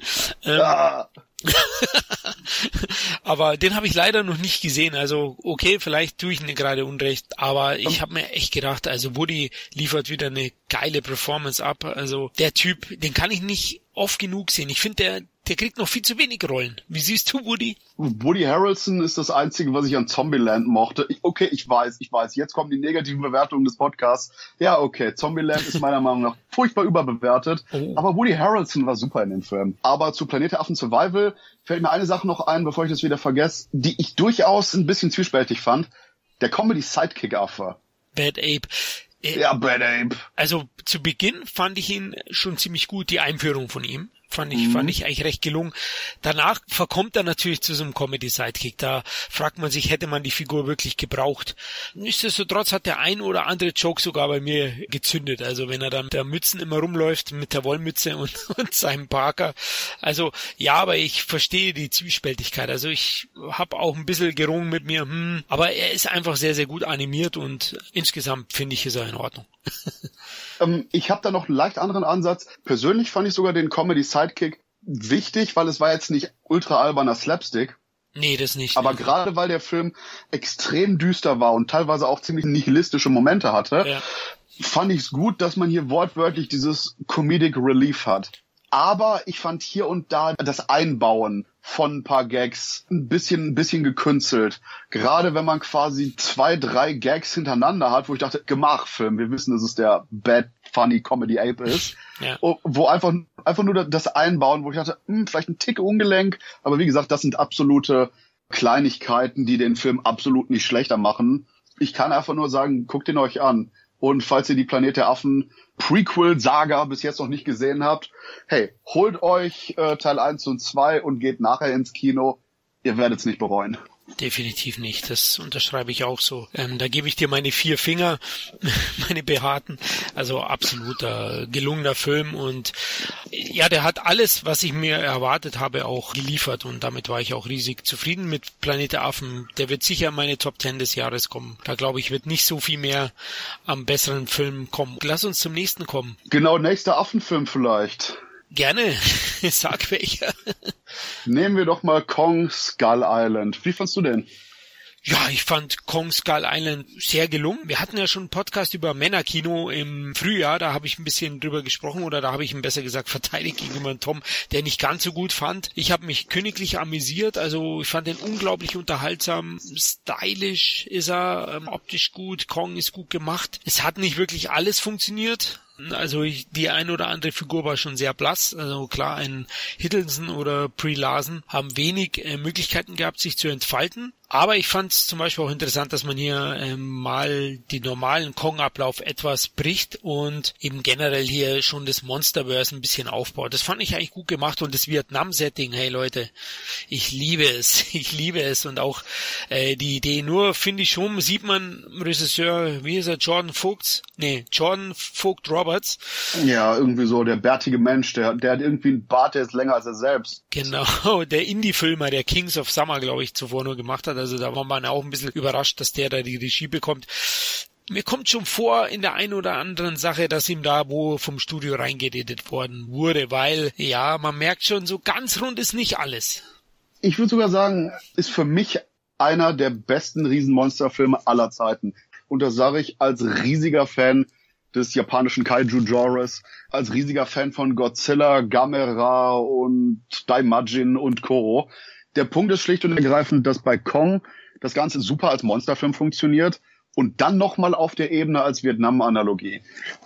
Aber den habe ich leider noch nicht gesehen, also okay, vielleicht tue ich ihn gerade unrecht, aber ich habe mir echt gedacht, also Woody liefert wieder eine geile Performance ab, also der Typ, den kann ich nicht oft genug sehen, ich finde, der kriegt noch viel zu wenig Rollen. Wie siehst du Woody? Woody Harrelson ist das Einzige, was ich an Zombieland mochte. Okay, ich weiß, jetzt kommen die negativen Bewertungen des Podcasts. Ja, okay, Zombieland ist meiner Meinung nach furchtbar überbewertet, aber Woody Harrelson war super in dem Film. Aber zu Planet der Affen Survival fällt mir eine Sache noch ein, bevor ich das wieder vergesse, die ich durchaus ein bisschen zwiespältig fand. Der Comedy-Sidekick-Affe. Bad Ape. Ja, Bad Ape. Also zu Beginn fand ich ihn schon ziemlich gut, die Einführung von ihm. Fand ich eigentlich recht gelungen. Danach verkommt er natürlich zu so einem Comedy-Sidekick. Da fragt man sich, hätte man die Figur wirklich gebraucht? Nichtsdestotrotz hat der ein oder andere Joke sogar bei mir gezündet. Also wenn er dann mit der Mützen immer rumläuft, mit der Wollmütze und seinem Parker. Also ja, aber ich verstehe die Zwiespältigkeit. Also ich habe auch ein bisschen gerungen mit mir. Aber er ist einfach sehr, sehr gut animiert und insgesamt finde ich, ist er in Ordnung. Ich habe da noch einen leicht anderen Ansatz. Persönlich fand ich sogar den Comedy-Sidekick wichtig, weil es war jetzt nicht ultra alberner Slapstick. Nee, das nicht. Aber gerade weil der Film extrem düster war und teilweise auch ziemlich nihilistische Momente hatte, fand ich es gut, dass man hier wortwörtlich dieses Comedic Relief hat. Aber ich fand hier und da das Einbauen von ein paar Gags ein bisschen gekünstelt. Gerade wenn man quasi 2, 3 Gags hintereinander hat, wo ich dachte, Gemach-Film, wir wissen, dass es der Bad Funny Comedy Ape ist. Ja. Wo einfach nur das Einbauen, wo ich dachte, vielleicht ein Tick ungelenk, aber wie gesagt, das sind absolute Kleinigkeiten, die den Film absolut nicht schlechter machen. Ich kann einfach nur sagen, guckt ihn euch an. Und falls ihr die Planet der Affen Prequel-Saga bis jetzt noch nicht gesehen habt, hey, holt euch Teil 1 und 2 und geht nachher ins Kino. Ihr werdet es nicht bereuen. Definitiv nicht, das unterschreibe ich auch so. Da gebe ich dir meine 4 Finger, meine behaarten. Also absoluter gelungener Film und ja, der hat alles, was ich mir erwartet habe, auch geliefert und damit war ich auch riesig zufrieden mit Planet der Affen. Der wird sicher in meine Top 10 des Jahres kommen. Da glaube ich, wird nicht so viel mehr am besseren Film kommen. Lass uns zum nächsten kommen. Genau, nächster Affenfilm vielleicht. Gerne, sag welcher. Nehmen wir doch mal Kong Skull Island. Wie fandst du den? Ja, ich fand Kong Skull Island sehr gelungen. Wir hatten ja schon einen Podcast über Männerkino im Frühjahr, da habe ich ein bisschen drüber gesprochen oder da habe ich ihn besser gesagt verteidigt gegenüber Tom, der nicht ganz so gut fand. Ich habe mich königlich amüsiert, also ich fand den unglaublich unterhaltsam, stylisch ist er, optisch gut, Kong ist gut gemacht. Es hat nicht wirklich alles funktioniert. Also die ein oder andere Figur war schon sehr blass. Also klar, ein Hiddleston oder Brie Larson haben wenig Möglichkeiten gehabt, sich zu entfalten. Aber ich fand es zum Beispiel auch interessant, dass man hier mal den normalen Kong-Ablauf etwas bricht und eben generell hier schon das Monsterverse ein bisschen aufbaut. Das fand ich eigentlich gut gemacht und das Vietnam-Setting, hey Leute, ich liebe es und auch die Idee. Nur finde ich schon, sieht man Regisseur, wie ist er, Jordan Vogt Roberts. Ja, irgendwie so der bärtige Mensch, der hat irgendwie einen Bart, der ist länger als er selbst. Genau, der Indie-Filmer, der Kings of Summer, glaube ich, zuvor nur gemacht hat. Also da war man auch ein bisschen überrascht, dass der da die Regie bekommt. mir kommt schon vor in der einen oder anderen Sache, dass ihm da wo vom Studio reingeredet worden wurde, weil, ja, man merkt schon, so ganz rund ist nicht alles. Ich würde sogar sagen, ist für mich einer der besten Riesenmonsterfilme aller Zeiten. Und das sage ich als riesiger Fan des japanischen Kaiju-Genres, als riesiger Fan von Godzilla, Gamera und Daimajin und Co. Der Punkt ist schlicht und ergreifend, dass bei Kong das Ganze super als Monsterfilm funktioniert und dann nochmal auf der Ebene als Vietnam-Analogie.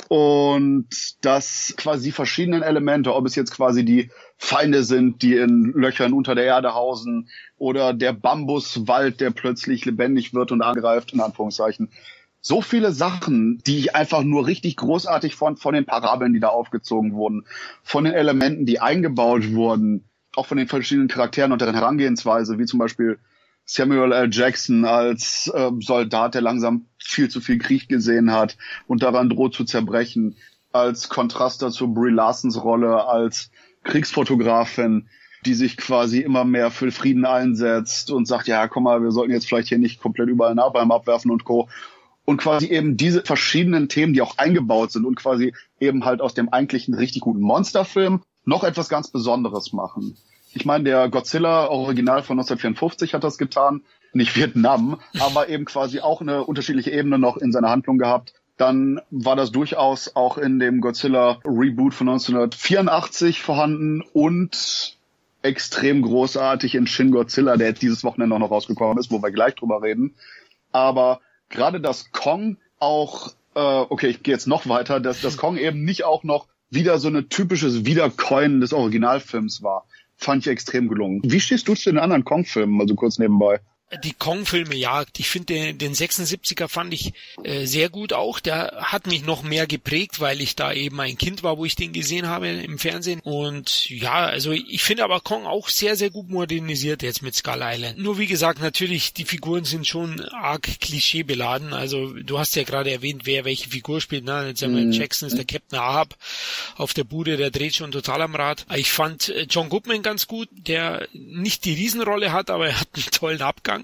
Und dass quasi die verschiedenen Elemente, ob es jetzt quasi die Feinde sind, die in Löchern unter der Erde hausen, oder der Bambuswald, der plötzlich lebendig wird und angreift, in Anführungszeichen. So viele Sachen, die ich einfach nur richtig großartig von den Parabeln, die da aufgezogen wurden, von den Elementen, die eingebaut wurden, auch von den verschiedenen Charakteren und deren Herangehensweise, wie zum Beispiel Samuel L. Jackson als Soldat, der langsam viel zu viel Krieg gesehen hat und daran droht zu zerbrechen, als Kontrast dazu Brie Larsons Rolle als Kriegsfotografin, die sich quasi immer mehr für Frieden einsetzt und sagt, ja, komm mal, wir sollten jetzt vielleicht hier nicht komplett überall Napalm abwerfen und Co. Und quasi eben diese verschiedenen Themen, die auch eingebaut sind und quasi eben halt aus dem eigentlichen richtig guten Monsterfilm noch etwas ganz Besonderes machen. Ich meine, der Godzilla Original von 1954 hat das getan, nicht Vietnam, aber eben quasi auch eine unterschiedliche Ebene noch in seiner Handlung gehabt. Dann war das durchaus auch in dem Godzilla Reboot von 1984 vorhanden und extrem großartig in Shin Godzilla, der jetzt dieses Wochenende auch noch rausgekommen ist, wo wir gleich drüber reden. Aber gerade dass Kong auch, ich gehe jetzt noch weiter, dass Kong eben nicht auch noch wieder so eine typisches Wiederkäuen des Originalfilms war, fand ich extrem gelungen. Wie stehst du zu den anderen Kong-Filmen, also kurz nebenbei? Die Kong-Filme, ja, ich finde den 76er fand ich sehr gut auch. Der hat mich noch mehr geprägt, weil ich da eben ein Kind war, wo ich den gesehen habe im Fernsehen. Und ja, also ich finde aber Kong auch sehr, sehr gut modernisiert jetzt mit Skull Island. Nur wie gesagt, natürlich, die Figuren sind schon arg klischeebeladen. Also du hast ja gerade erwähnt, wer welche Figur spielt. Ne? Samuel Jackson ist der Captain Ahab auf der Bude, der dreht schon total am Rad. Ich fand John Goodman ganz gut, der nicht die Riesenrolle hat, aber er hat einen tollen Abgang.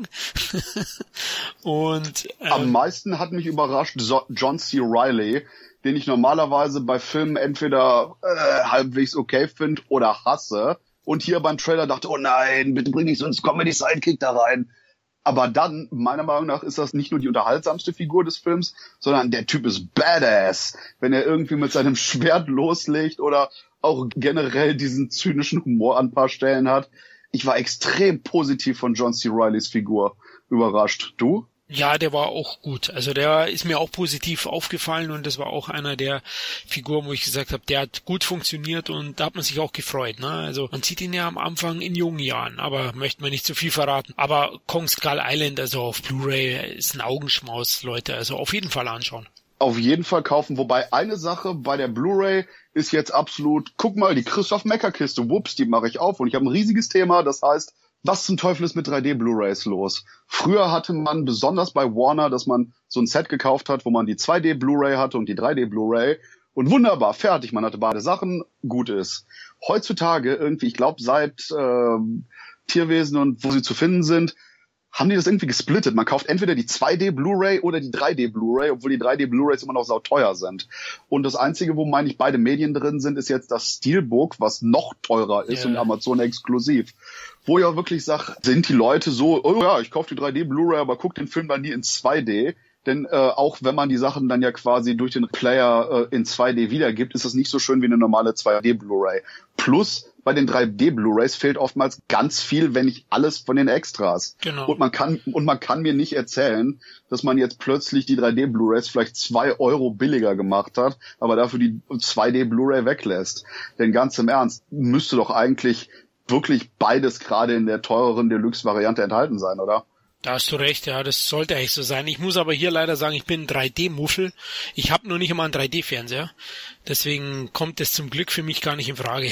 Und am meisten hat mich überrascht John C. Reilly, den ich normalerweise bei Filmen entweder halbwegs okay finde oder hasse. Und hier beim Trailer dachte, oh nein, bitte bring nicht so einen Comedy-Sidekick da rein. Aber dann, meiner Meinung nach, ist das nicht nur die unterhaltsamste Figur des Films, sondern der Typ ist badass, wenn er irgendwie mit seinem Schwert loslegt oder auch generell diesen zynischen Humor an ein paar Stellen hat. Ich war extrem positiv von John C. Reillys Figur überrascht. Du? Ja, der war auch gut. Also der ist mir auch positiv aufgefallen und das war auch einer der Figuren, wo ich gesagt habe, der hat gut funktioniert und da hat man sich auch gefreut. Ne? Also man sieht ihn ja am Anfang in jungen Jahren, aber möchte man nicht zu viel verraten. Aber Kong Skull Island, also auf Blu-ray, ist ein Augenschmaus, Leute. Also auf jeden Fall anschauen. Auf jeden Fall kaufen, wobei eine Sache bei der Blu-ray ist jetzt absolut, guck mal, die Christoph Mecker Kiste, wups, die mache ich auf und ich habe ein riesiges Thema, das heißt, was zum Teufel ist mit 3D-Blu-rays los? Früher hatte man besonders bei Warner, dass man so ein Set gekauft hat, wo man die 2D-Blu-ray hatte und die 3D-Blu-ray und wunderbar, fertig, man hatte beide Sachen, gut ist. Heutzutage irgendwie, ich glaube seit Tierwesen und wo sie zu finden sind, haben die das irgendwie gesplittet. Man kauft entweder die 2D Blu-ray oder die 3D Blu-ray, obwohl die 3D Blu-rays immer noch sauteuer sind. Und das Einzige, wo, meine ich, beide Medien drin sind, ist jetzt das Steelbook, was noch teurer ist und Amazon exklusiv. Wo ich auch wirklich sage, sind die Leute so, oh ja, ich kaufe die 3D Blu-ray, aber guck den Film dann nie in 2D. Denn auch wenn man die Sachen dann ja quasi durch den Player in 2D wiedergibt, ist das nicht so schön wie eine normale 2D Blu-ray. Plus bei den 3D Blu-rays fehlt oftmals ganz viel, wenn nicht alles von den Extras. Genau. Und man kann mir nicht erzählen, dass man jetzt plötzlich die 3D Blu-rays vielleicht 2 Euro billiger gemacht hat, aber dafür die 2D Blu-ray weglässt. Denn ganz im Ernst, müsste doch eigentlich wirklich beides gerade in der teureren Deluxe-Variante enthalten sein, oder? Da hast du recht, ja, das sollte eigentlich so sein. Ich muss aber hier leider sagen, ich bin ein 3D-Muffel. Ich habe nur nicht immer einen 3D-Fernseher. Deswegen kommt es zum Glück für mich gar nicht in Frage.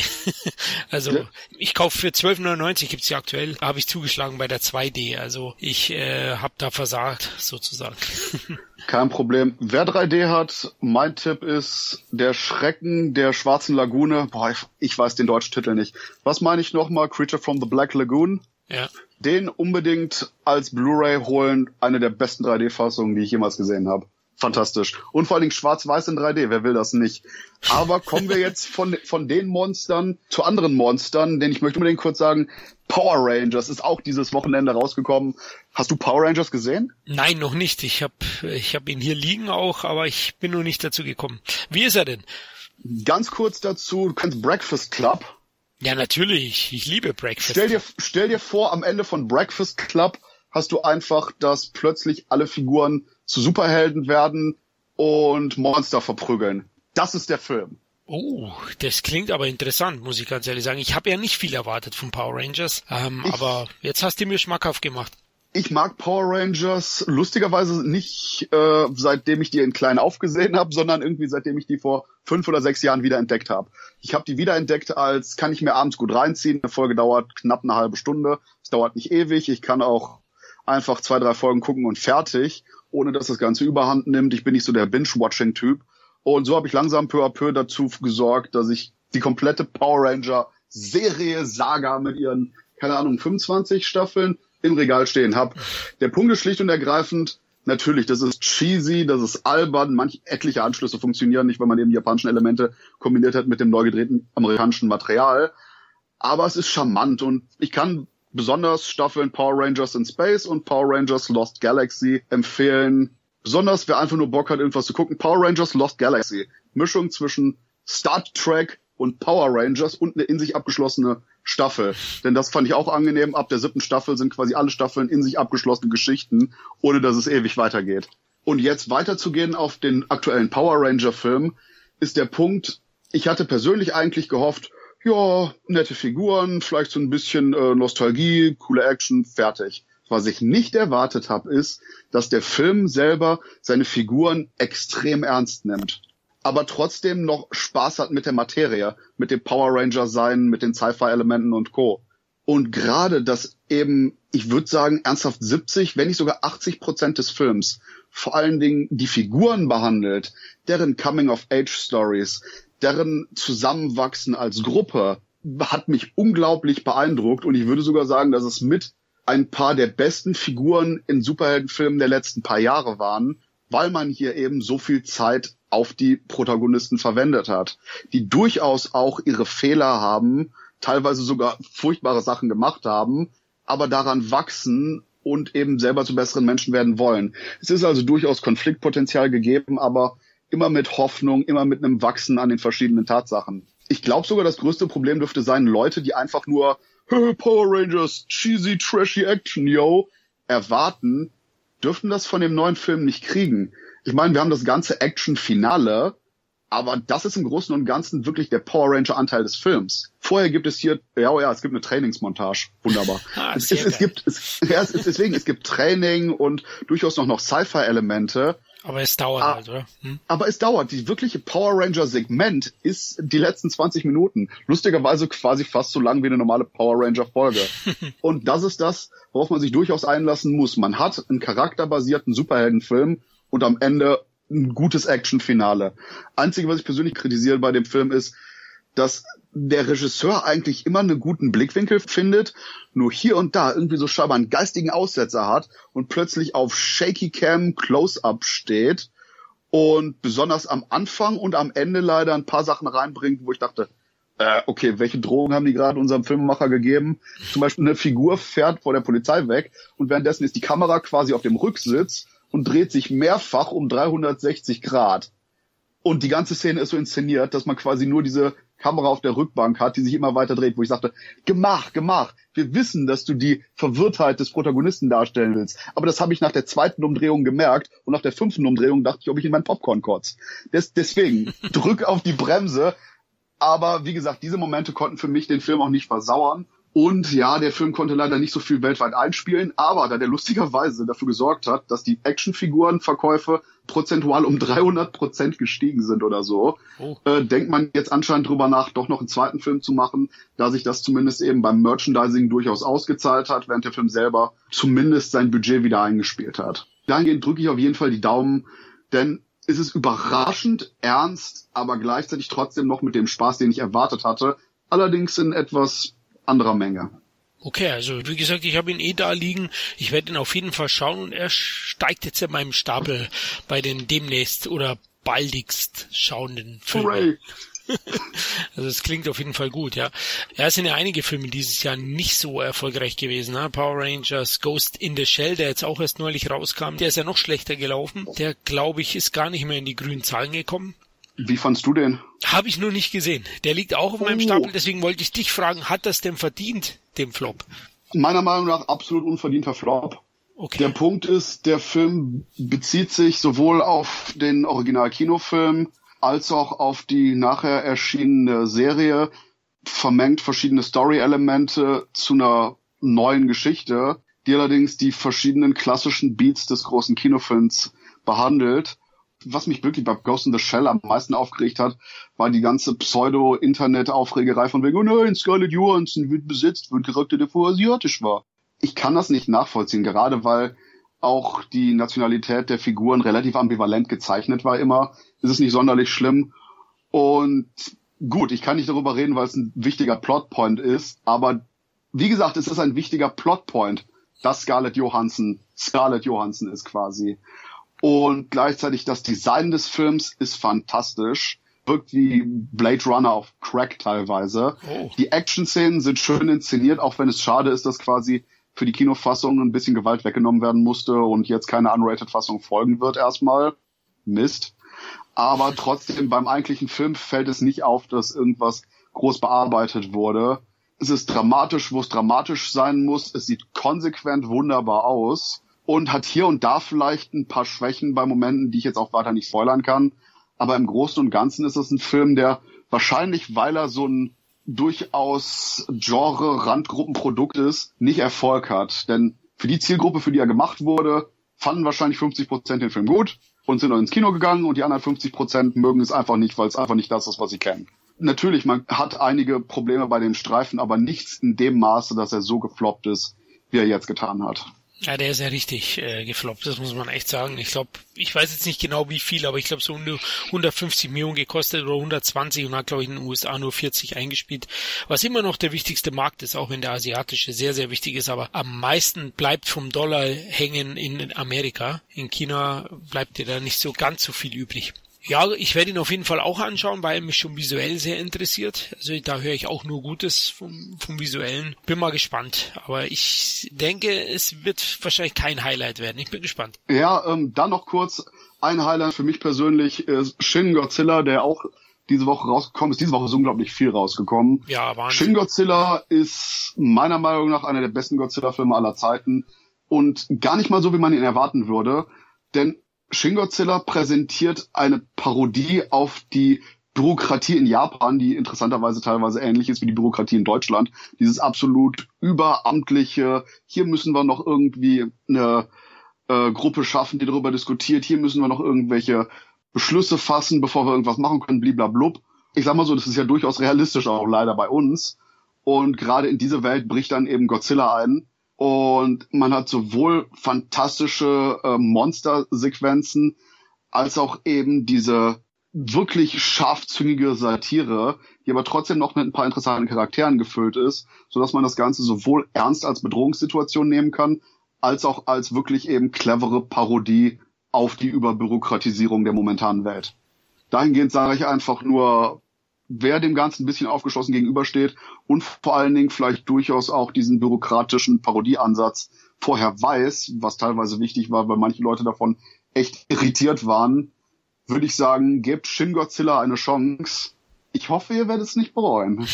Also ich kaufe für 12,99 gibt's ja aktuell, habe ich zugeschlagen bei der 2D. Also ich habe da versagt, sozusagen. Kein Problem. Wer 3D hat, mein Tipp ist Der Schrecken der Schwarzen Lagune. Boah, ich weiß den deutschen Titel nicht. Was meine ich nochmal? Creature from the Black Lagoon? Ja. Den unbedingt als Blu-ray holen. Eine der besten 3D-Fassungen, die ich jemals gesehen habe. Fantastisch. Und vor allen Dingen schwarz-weiß in 3D, wer will das nicht? Aber kommen wir jetzt von den Monstern zu anderen Monstern, denn ich möchte unbedingt kurz sagen, Power Rangers ist auch dieses Wochenende rausgekommen. Hast du Power Rangers gesehen? Nein, noch nicht. Ich hab ihn hier liegen auch, aber ich bin noch nicht dazu gekommen. Wie ist er denn? Ganz kurz dazu, du kennst Breakfast Club. Ja, natürlich. Ich liebe Breakfast. Stell dir vor, am Ende von Breakfast Club hast du einfach, dass plötzlich alle Figuren zu Superhelden werden und Monster verprügeln. Das ist der Film. Oh, das klingt aber interessant, muss ich ganz ehrlich sagen. Ich habe ja nicht viel erwartet von Power Rangers, aber jetzt hast du mir schmackhaft gemacht. Ich mag Power Rangers lustigerweise nicht seitdem ich die in klein aufgesehen habe, sondern irgendwie seitdem ich die vor 5 oder 6 Jahren wieder entdeckt habe. Ich habe die wiederentdeckt als, kann ich mir abends gut reinziehen. Eine Folge dauert knapp eine halbe Stunde. Es dauert nicht ewig. Ich kann auch einfach 2, 3 Folgen gucken und fertig, ohne dass das Ganze Überhand nimmt. Ich bin nicht so der Binge-Watching-Typ. Und so habe ich langsam peu à peu dazu gesorgt, dass ich die komplette Power Ranger-Serie, Saga mit ihren, 25 Staffeln im Regal stehen habe. Der Punkt ist schlicht und ergreifend, natürlich, das ist cheesy, das ist albern, etliche Anschlüsse funktionieren nicht, weil man eben die japanischen Elemente kombiniert hat mit dem neu gedrehten amerikanischen Material. Aber es ist charmant und ich kann besonders Staffeln Power Rangers in Space und Power Rangers Lost Galaxy empfehlen. Besonders, wer einfach nur Bock hat, irgendwas zu gucken. Power Rangers Lost Galaxy. Mischung zwischen Star Trek und Power Rangers und eine in sich abgeschlossene Staffel. Denn das fand ich auch angenehm. Ab der 7. Staffel sind quasi alle Staffeln in sich abgeschlossene Geschichten, ohne dass es ewig weitergeht. Und jetzt weiterzugehen auf den aktuellen Power Ranger Film, ist der Punkt, ich hatte persönlich eigentlich gehofft, ja, nette Figuren, vielleicht so ein bisschen Nostalgie, coole Action, fertig. Was ich nicht erwartet habe, ist, dass der Film selber seine Figuren extrem ernst nimmt, aber trotzdem noch Spaß hat mit der Materie, mit dem Power Ranger sein, mit den Sci-Fi-Elementen und Co. Und gerade das eben, ich würde sagen, ernsthaft 70, wenn nicht sogar 80% des Films vor allen Dingen die Figuren behandelt, deren Coming-of-Age-Stories, deren Zusammenwachsen als Gruppe, hat mich unglaublich beeindruckt. Und ich würde sogar sagen, dass es mit ein paar der besten Figuren in Superheldenfilmen der letzten paar Jahre waren, weil man hier eben so viel Zeit auf die Protagonisten verwendet hat, die durchaus auch ihre Fehler haben, teilweise sogar furchtbare Sachen gemacht haben, aber daran wachsen und eben selber zu besseren Menschen werden wollen. Es ist also durchaus Konfliktpotenzial gegeben, aber immer mit Hoffnung, immer mit einem Wachsen an den verschiedenen Tatsachen. Ich glaube sogar, das größte Problem dürfte sein, Leute, die einfach nur Power Rangers, cheesy, trashy Action, yo, erwarten, dürften das von dem neuen Film nicht kriegen. Ich meine, wir haben das ganze Action-Finale, aber das ist im Großen und Ganzen wirklich der Power Ranger-Anteil des Films. Vorher gibt es hier, es gibt eine Trainingsmontage. Wunderbar. Es gibt Training und durchaus noch Sci-Fi-Elemente. Aber es dauert halt, oder? Aber es dauert. Die wirkliche Power Ranger-Segment ist die letzten 20 Minuten. Lustigerweise quasi fast so lang wie eine normale Power Ranger-Folge. Und das ist das, worauf man sich durchaus einlassen muss. Man hat einen charakterbasierten Superheldenfilm und am Ende ein gutes Action-Finale. Einzige, was ich persönlich kritisiere bei dem Film ist, dass der Regisseur eigentlich immer einen guten Blickwinkel findet, nur hier und da irgendwie so scheinbar einen geistigen Aussetzer hat und plötzlich auf Shaky Cam Close-Up steht und besonders am Anfang und am Ende leider ein paar Sachen reinbringt, wo ich dachte, okay, welche Drohungen haben die gerade unserem Filmemacher gegeben? Zum Beispiel eine Figur fährt vor der Polizei weg und währenddessen ist die Kamera quasi auf dem Rücksitz und dreht sich mehrfach um 360 Grad. Und die ganze Szene ist so inszeniert, dass man quasi nur diese Kamera auf der Rückbank hat, die sich immer weiter dreht, wo ich sagte, gemach. Wir wissen, dass du die Verwirrtheit des Protagonisten darstellen willst. Aber das habe ich nach der 2. Umdrehung gemerkt und nach der 5. Umdrehung dachte ich, ob ich in meinen Popcorn kotze. Deswegen, drück auf die Bremse. Aber wie gesagt, diese Momente konnten für mich den Film auch nicht versauern. Und ja, der Film konnte leider nicht so viel weltweit einspielen, aber da der lustigerweise dafür gesorgt hat, dass die Actionfigurenverkäufe prozentual um 300% gestiegen sind oder so, denkt man jetzt anscheinend drüber nach, doch noch einen zweiten Film zu machen, da sich das zumindest eben beim Merchandising durchaus ausgezahlt hat, während der Film selber zumindest sein Budget wieder eingespielt hat. Dahingehend drücke ich auf jeden Fall die Daumen, denn es ist überraschend ernst, aber gleichzeitig trotzdem noch mit dem Spaß, den ich erwartet hatte, allerdings in etwas anderer Menge. Okay, also wie gesagt, ich habe ihn da liegen. Ich werde ihn auf jeden Fall schauen und er steigt jetzt in meinem Stapel bei den demnächst oder baldigst schauenden Filmen. Hooray. Also es klingt auf jeden Fall gut, ja. Ja, es sind ja einige Filme dieses Jahr nicht so erfolgreich gewesen. Ne? Power Rangers, Ghost in the Shell, der jetzt auch erst neulich rauskam, der ist ja noch schlechter gelaufen. Der, glaube ich, ist gar nicht mehr in die grünen Zahlen gekommen. Wie fandst du den? Habe ich nur nicht gesehen. Der liegt auch auf meinem Stapel, deswegen wollte ich dich fragen, hat das denn verdient, den Flop? Meiner Meinung nach absolut unverdienter Flop. Okay. Der Punkt ist, der Film bezieht sich sowohl auf den Original-Kinofilm als auch auf die nachher erschienene Serie, vermengt verschiedene Story-Elemente zu einer neuen Geschichte, die allerdings die verschiedenen klassischen Beats des großen Kinofilms behandelt. Was mich wirklich bei Ghost in the Shell am meisten aufgeregt hat, war die ganze Pseudo-Internet-Aufregerei von wegen, oh nein, Scarlett Johansson wird besetzt für einen Charakter, der vorher asiatisch war. Ich kann das nicht nachvollziehen, gerade weil auch die Nationalität der Figuren relativ ambivalent gezeichnet war immer. Es ist nicht sonderlich schlimm. Und gut, ich kann nicht darüber reden, weil es ein wichtiger Plotpoint ist. Aber wie gesagt, es ist ein wichtiger Plotpoint, dass Scarlett Johansson ist quasi. Und gleichzeitig das Design des Films ist fantastisch. Wirkt wie Blade Runner auf Crack teilweise. Oh. Die Action-Szenen sind schön inszeniert, auch wenn es schade ist, dass quasi für die Kinofassung ein bisschen Gewalt weggenommen werden musste und jetzt keine Unrated-Fassung folgen wird erstmal. Mist. Aber trotzdem, beim eigentlichen Film fällt es nicht auf, dass irgendwas groß bearbeitet wurde. Es ist dramatisch, wo es dramatisch sein muss. Es sieht konsequent wunderbar aus und hat hier und da vielleicht ein paar Schwächen bei Momenten, die ich jetzt auch weiter nicht spoilern kann. Aber im Großen und Ganzen ist es ein Film, der wahrscheinlich, weil er so ein durchaus Genre-Randgruppenprodukt ist, nicht Erfolg hat. Denn für die Zielgruppe, für die er gemacht wurde, fanden wahrscheinlich 50% den Film gut und sind dann ins Kino gegangen und die anderen 50% mögen es einfach nicht, weil es einfach nicht das ist, was sie kennen. Natürlich, man hat einige Probleme bei dem Streifen, aber nichts in dem Maße, dass er so gefloppt ist, wie er jetzt getan hat. Ja, der ist ja richtig gefloppt, das muss man echt sagen. Ich glaube, ich weiß jetzt nicht genau wie viel, aber ich glaube so 150 Millionen gekostet oder 120 und hat, glaube ich, in den USA nur 40 eingespielt. Was immer noch der wichtigste Markt ist, auch wenn der asiatische sehr, sehr wichtig ist, aber am meisten bleibt vom Dollar hängen in Amerika. In China bleibt dir da nicht so ganz so viel übrig. Ja, ich werde ihn auf jeden Fall auch anschauen, weil er mich schon visuell sehr interessiert. Also da höre ich auch nur Gutes vom Visuellen. Bin mal gespannt. Aber ich denke, es wird wahrscheinlich kein Highlight werden. Ich bin gespannt. Ja, dann noch kurz ein Highlight für mich persönlich ist Shin Godzilla, der auch diese Woche rausgekommen ist. Diese Woche ist unglaublich viel rausgekommen. Ja, Wahnsinn. Shin Godzilla ist meiner Meinung nach einer der besten Godzilla-Filme aller Zeiten. Und gar nicht mal so, wie man ihn erwarten würde. Denn Shin Godzilla präsentiert eine Parodie auf die Bürokratie in Japan, die interessanterweise teilweise ähnlich ist wie die Bürokratie in Deutschland. Dieses absolut überamtliche, hier müssen wir noch irgendwie eine Gruppe schaffen, die darüber diskutiert, hier müssen wir noch irgendwelche Beschlüsse fassen, bevor wir irgendwas machen können, bliblablub. Ich sag mal so, das ist ja durchaus realistisch auch leider bei uns. Und gerade in diese Welt bricht dann eben Godzilla ein. Und man hat sowohl fantastische Monstersequenzen als auch eben diese wirklich scharfzüngige Satire, die aber trotzdem noch mit ein paar interessanten Charakteren gefüllt ist, sodass man das Ganze sowohl ernst als Bedrohungssituation nehmen kann, als auch als wirklich eben clevere Parodie auf die Überbürokratisierung der momentanen Welt. Dahingehend sage ich einfach nur, wer dem Ganzen ein bisschen aufgeschlossen gegenübersteht und vor allen Dingen vielleicht durchaus auch diesen bürokratischen Parodieansatz vorher weiß, was teilweise wichtig war, weil manche Leute davon echt irritiert waren, würde ich sagen, gebt Shin Godzilla eine Chance. Ich hoffe, ihr werdet es nicht bereuen.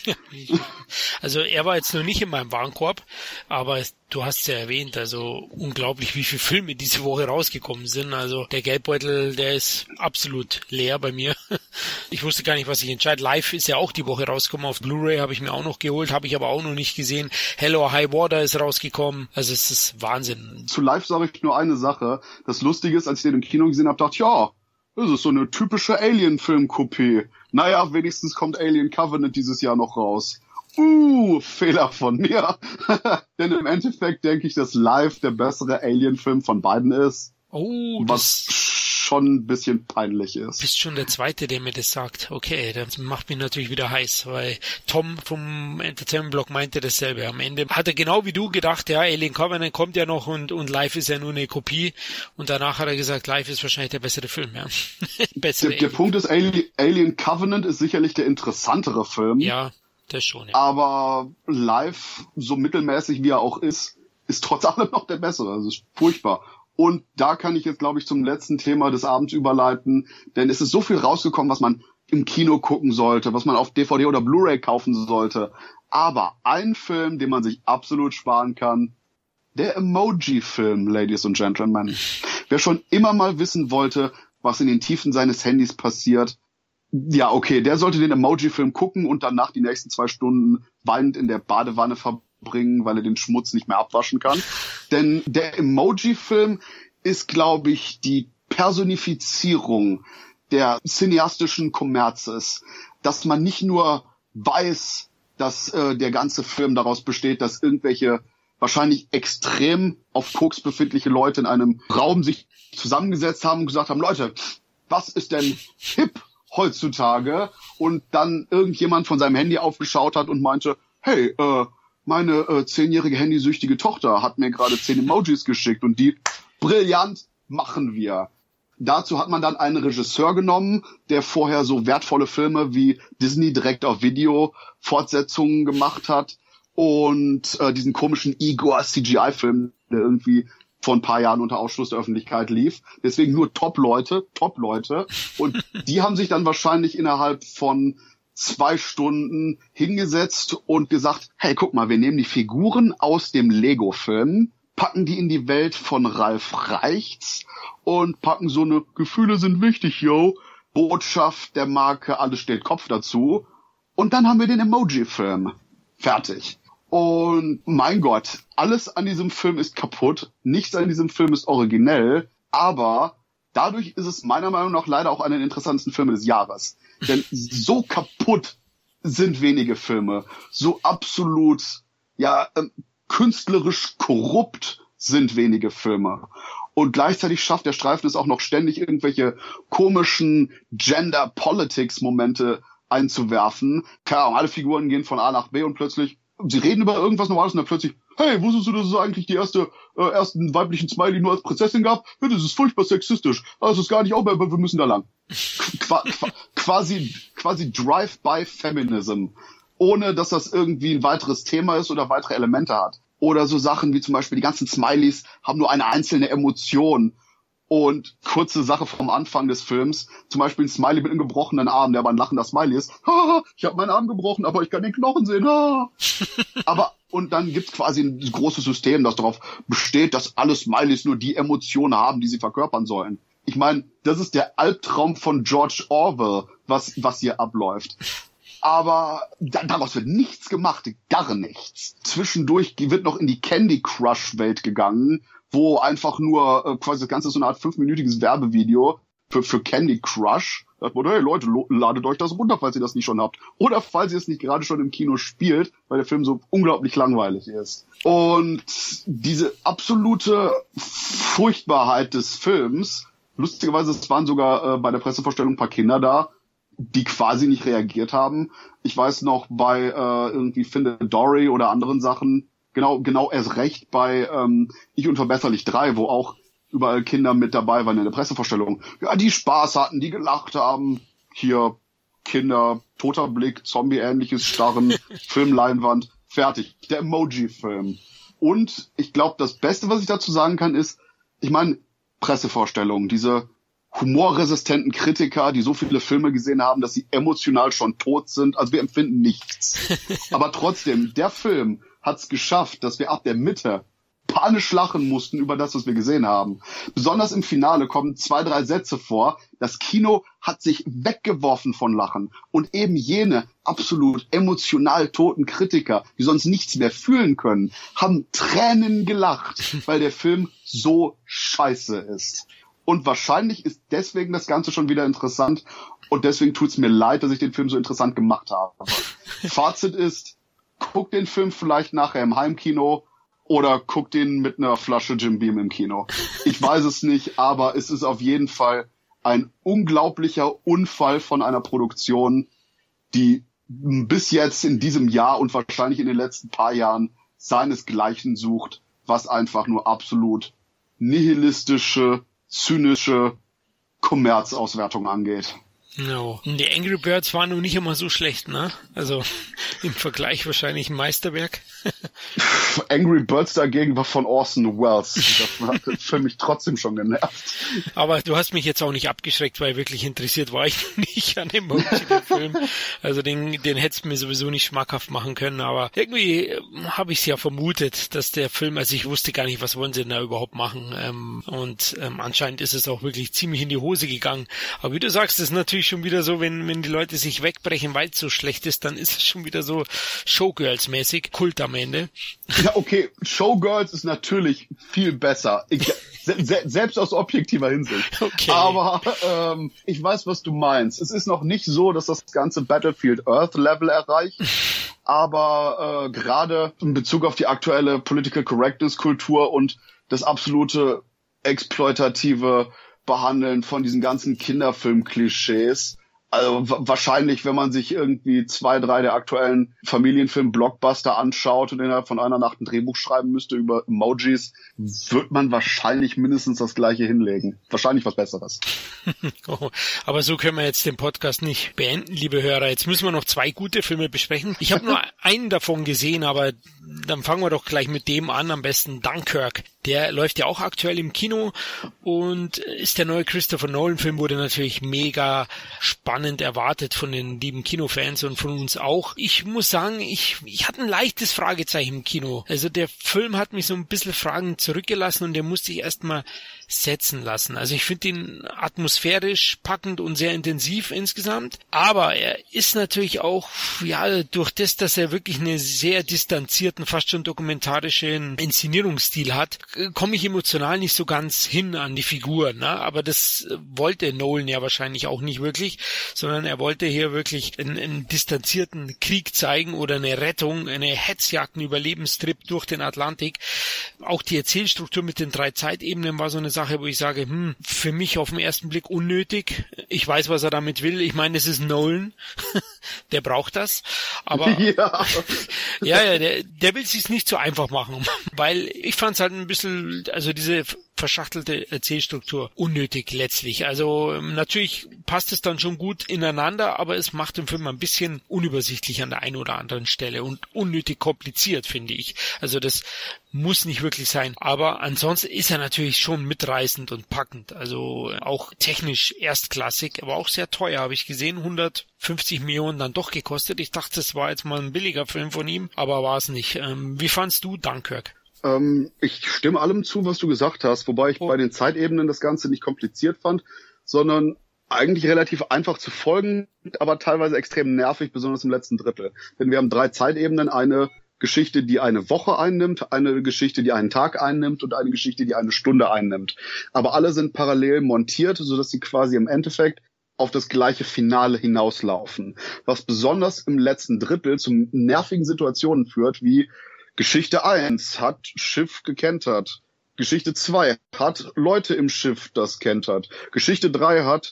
Also er war jetzt noch nicht in meinem Warenkorb, aber du hast es ja erwähnt, also unglaublich, wie viele Filme diese Woche rausgekommen sind. Also der Geldbeutel, der ist absolut leer bei mir. Ich wusste gar nicht, was ich entscheide. Live ist ja auch die Woche rausgekommen. Auf Blu-ray habe ich mir auch noch geholt, habe ich aber auch noch nicht gesehen. Hello High Water ist rausgekommen. Also es ist Wahnsinn. Zu Live sage ich nur eine Sache. Das Lustige ist, als ich den im Kino gesehen habe, dachte ich, ja, das ist so eine typische Alien-Film-Kopie. Naja, wenigstens kommt Alien Covenant dieses Jahr noch raus. Fehler von mir. Denn im Endeffekt denke ich, dass Live der bessere Alien-Film von beiden ist. Oh, was schon ein bisschen peinlich ist. Bist schon der Zweite, der mir das sagt. Okay, das macht mich natürlich wieder heiß, weil Tom vom Entertainment-Blog meinte dasselbe. Am Ende hat er genau wie du gedacht, ja, Alien Covenant kommt ja noch und Live ist ja nur eine Kopie. Und danach hat er gesagt, Live ist wahrscheinlich der bessere Film, ja. Der Punkt ist, Alien Covenant ist sicherlich der interessantere Film. Ja, das schon, ja. Aber Live, so mittelmäßig wie er auch ist trotz allem noch der bessere. Das ist furchtbar. Und da kann ich jetzt, glaube ich, zum letzten Thema des Abends überleiten, denn es ist so viel rausgekommen, was man im Kino gucken sollte, was man auf DVD oder Blu-ray kaufen sollte. Aber ein Film, den man sich absolut sparen kann, der Emoji-Film, Ladies and Gentlemen. Wer schon immer mal wissen wollte, was in den Tiefen seines Handys passiert, ja, okay, der sollte den Emoji-Film gucken und danach die nächsten 2 Stunden weinend in der Badewanne verbringen, weil er den Schmutz nicht mehr abwaschen kann. Denn der Emoji-Film ist, glaube ich, die Personifizierung der cineastischen Kommerzes, dass man nicht nur weiß, dass der ganze Film daraus besteht, dass irgendwelche wahrscheinlich extrem auf Koks befindliche Leute in einem Raum sich zusammengesetzt haben und gesagt haben, Leute, was ist denn hip heutzutage? Und dann irgendjemand von seinem Handy aufgeschaut hat und meinte, hey, meine 10-jährige handysüchtige Tochter hat mir gerade 10 Emojis geschickt und die brillant machen wir. Dazu hat man dann einen Regisseur genommen, der vorher so wertvolle Filme wie Disney direkt auf Video Fortsetzungen gemacht hat und diesen komischen Igor CGI-Film, der irgendwie vor ein paar Jahren unter Ausschluss der Öffentlichkeit lief. Deswegen nur Top-Leute. Und die haben sich dann wahrscheinlich innerhalb von 2 Stunden hingesetzt und gesagt, hey, guck mal, wir nehmen die Figuren aus dem Lego-Film, packen die in die Welt von Ralf Reichts und packen so eine Gefühle sind wichtig, yo, Botschaft der Marke, alles steht Kopf dazu. Und dann haben wir den Emoji-Film. Fertig. Und mein Gott, alles an diesem Film ist kaputt, nichts an diesem Film ist originell, aber dadurch ist es meiner Meinung nach leider auch einer der interessantesten Filme des Jahres. Denn so kaputt sind wenige Filme, so absolut, ja, künstlerisch korrupt sind wenige Filme. Und gleichzeitig schafft der Streifen es auch noch ständig, irgendwelche komischen Gender-Politics-Momente einzuwerfen. Keine Ahnung, alle Figuren gehen von A nach B und plötzlich, sie reden über irgendwas Normales und dann plötzlich, hey, wusstest du, dass es eigentlich die ersten weiblichen Smiley nur als Prinzessin gab? Ja, das ist furchtbar sexistisch. Das ist gar nicht auch mehr, aber wir müssen da lang. Quasi Drive-by-Feminism. Ohne, dass das irgendwie ein weiteres Thema ist oder weitere Elemente hat. Oder so Sachen wie zum Beispiel die ganzen Smileys haben nur eine einzelne Emotion. Und kurze Sache vom Anfang des Films, zum Beispiel ein Smiley mit einem gebrochenen Arm, der aber ein lachender Smiley ist. Ha, ich habe meinen Arm gebrochen, aber ich kann den Knochen sehen. Ha. Und dann gibt's quasi ein großes System, das darauf besteht, dass alle Smileys nur die Emotionen haben, die sie verkörpern sollen. Ich meine, das ist der Albtraum von George Orwell, was hier abläuft. Aber daraus wird nichts gemacht, gar nichts. Zwischendurch wird noch in die Candy Crush Welt gegangen, wo einfach nur quasi das Ganze so eine Art 5-minütiges Werbevideo für Candy Crush. Da wurde, hey Leute, ladet euch das runter, falls ihr das nicht schon habt. Oder falls ihr es nicht gerade schon im Kino spielt, weil der Film so unglaublich langweilig ist. Und diese absolute Furchtbarheit des Films, lustigerweise, es waren sogar bei der Pressevorstellung ein paar Kinder da, die quasi nicht reagiert haben. Ich weiß noch, bei irgendwie Findet Dory oder anderen Sachen, genau erst recht bei Ich Unverbesserlich 3, wo auch überall Kinder mit dabei waren in der Pressevorstellung. Ja, die Spaß hatten, die gelacht haben. Hier Kinder, toter Blick, Zombie-ähnliches Starren, Filmleinwand, fertig. Der Emoji-Film. Und ich glaube, das Beste, was ich dazu sagen kann, ist, ich meine, Pressevorstellungen, diese humorresistenten Kritiker, die so viele Filme gesehen haben, dass sie emotional schon tot sind. Also wir empfinden nichts. Aber trotzdem, der Film hat es geschafft, dass wir ab der Mitte panisch lachen mussten über das, was wir gesehen haben. Besonders im Finale kommen 2, 3 Sätze vor. Das Kino hat sich weggeworfen von Lachen. Und eben jene absolut emotional toten Kritiker, die sonst nichts mehr fühlen können, haben Tränen gelacht, weil der Film so scheiße ist. Und wahrscheinlich ist deswegen das Ganze schon wieder interessant. Und deswegen tut's mir leid, dass ich den Film so interessant gemacht habe. Fazit ist, guck den Film vielleicht nachher im Heimkino oder guck den mit einer Flasche Jim Beam im Kino. Ich weiß es nicht, aber es ist auf jeden Fall ein unglaublicher Unfall von einer Produktion, die bis jetzt in diesem Jahr und wahrscheinlich in den letzten paar Jahren seinesgleichen sucht, was einfach nur absolut nihilistische, zynische Kommerzauswertung angeht. No. Die Angry Birds waren nun nicht immer so schlecht, ne? Also im Vergleich wahrscheinlich ein Meisterwerk. Angry Birds dagegen war von Orson Welles. Das hat für mich trotzdem schon genervt. Aber du hast mich jetzt auch nicht abgeschreckt, weil wirklich interessiert war ich nicht an dem Film. Also den hättest du mir sowieso nicht schmackhaft machen können. Aber irgendwie habe ich es ja vermutet, dass der Film, also ich wusste gar nicht, was wollen sie denn da überhaupt machen. Und anscheinend ist es auch wirklich ziemlich in die Hose gegangen. Aber wie du sagst, ist natürlich schon wieder so, wenn die Leute sich wegbrechen, weil es so schlecht ist, dann ist es schon wieder so Showgirls-mäßig, Kult am Ende. Ja, okay, Showgirls ist natürlich viel besser, selbst aus objektiver Hinsicht. Okay. Aber ich weiß, was du meinst. Es ist noch nicht so, dass das ganze Battlefield Earth Level erreicht, aber gerade in Bezug auf die aktuelle Political Correctness Kultur und das absolute exploitative Behandeln von diesen ganzen Kinderfilm-Klischees. Also wahrscheinlich, wenn man sich irgendwie 2, 3 der aktuellen Familienfilm-Blockbuster anschaut und innerhalb von einer Nacht ein Drehbuch schreiben müsste über Emojis, wird man wahrscheinlich mindestens das Gleiche hinlegen. Wahrscheinlich was Besseres. Oh, aber so können wir jetzt den Podcast nicht beenden, liebe Hörer. Jetzt müssen wir noch 2 gute Filme besprechen. Ich habe nur einen davon gesehen, aber dann fangen wir doch gleich mit dem an, am besten Dunkirk. Der läuft ja auch aktuell im Kino und ist der neue Christopher Nolan-Film, wurde natürlich mega spannend erwartet von den lieben Kinofans und von uns auch. Ich muss sagen, ich hatte ein leichtes Fragezeichen im Kino. Also der Film hat mich so ein bisschen Fragen zurückgelassen und der musste ich erstmal setzen lassen. Also ich finde ihn atmosphärisch packend und sehr intensiv insgesamt, aber er ist natürlich auch, ja, durch das, dass er wirklich einen sehr distanzierten, fast schon dokumentarischen Inszenierungsstil hat, komme ich emotional nicht so ganz hin an die Figuren, ne? Aber das wollte Nolan ja wahrscheinlich auch nicht wirklich, sondern er wollte hier wirklich einen distanzierten Krieg zeigen oder eine Rettung, eine Hetzjagd, einen Überlebenstrip durch den Atlantik. Auch die Erzählstruktur mit den 3 Zeitebenen war so eine Sache, wo ich sage, für mich auf den ersten Blick unnötig. Ich weiß, was er damit will. Ich meine, es ist Nolan. Der braucht das. Aber ja, der will es sich nicht so einfach machen, weil ich fand es halt ein bisschen, also diese verschachtelte Erzählstruktur unnötig letztlich. Also natürlich passt es dann schon gut ineinander, aber es macht den Film ein bisschen unübersichtlich an der einen oder anderen Stelle und unnötig kompliziert, finde ich. Also das muss nicht wirklich sein. Aber ansonsten ist er natürlich schon mitreißend und packend. Also auch technisch erstklassig, aber auch sehr teuer, habe ich gesehen. 150 Millionen dann doch gekostet. Ich dachte, das war jetzt mal ein billiger Film von ihm, aber war es nicht. Wie fandst du Dunkirk? Ich stimme allem zu, was du gesagt hast, wobei ich bei den Zeitebenen das Ganze nicht kompliziert fand, sondern eigentlich relativ einfach zu folgen, aber teilweise extrem nervig, besonders im letzten Drittel. Denn wir haben 3 Zeitebenen, eine Geschichte, die eine Woche einnimmt, eine Geschichte, die einen Tag einnimmt und eine Geschichte, die eine Stunde einnimmt. Aber alle sind parallel montiert, sodass sie quasi im Endeffekt auf das gleiche Finale hinauslaufen. Was besonders im letzten Drittel zu nervigen Situationen führt, wie Geschichte 1 hat Schiff gekentert. Geschichte 2 hat Leute im Schiff, das kentert. Geschichte 3 hat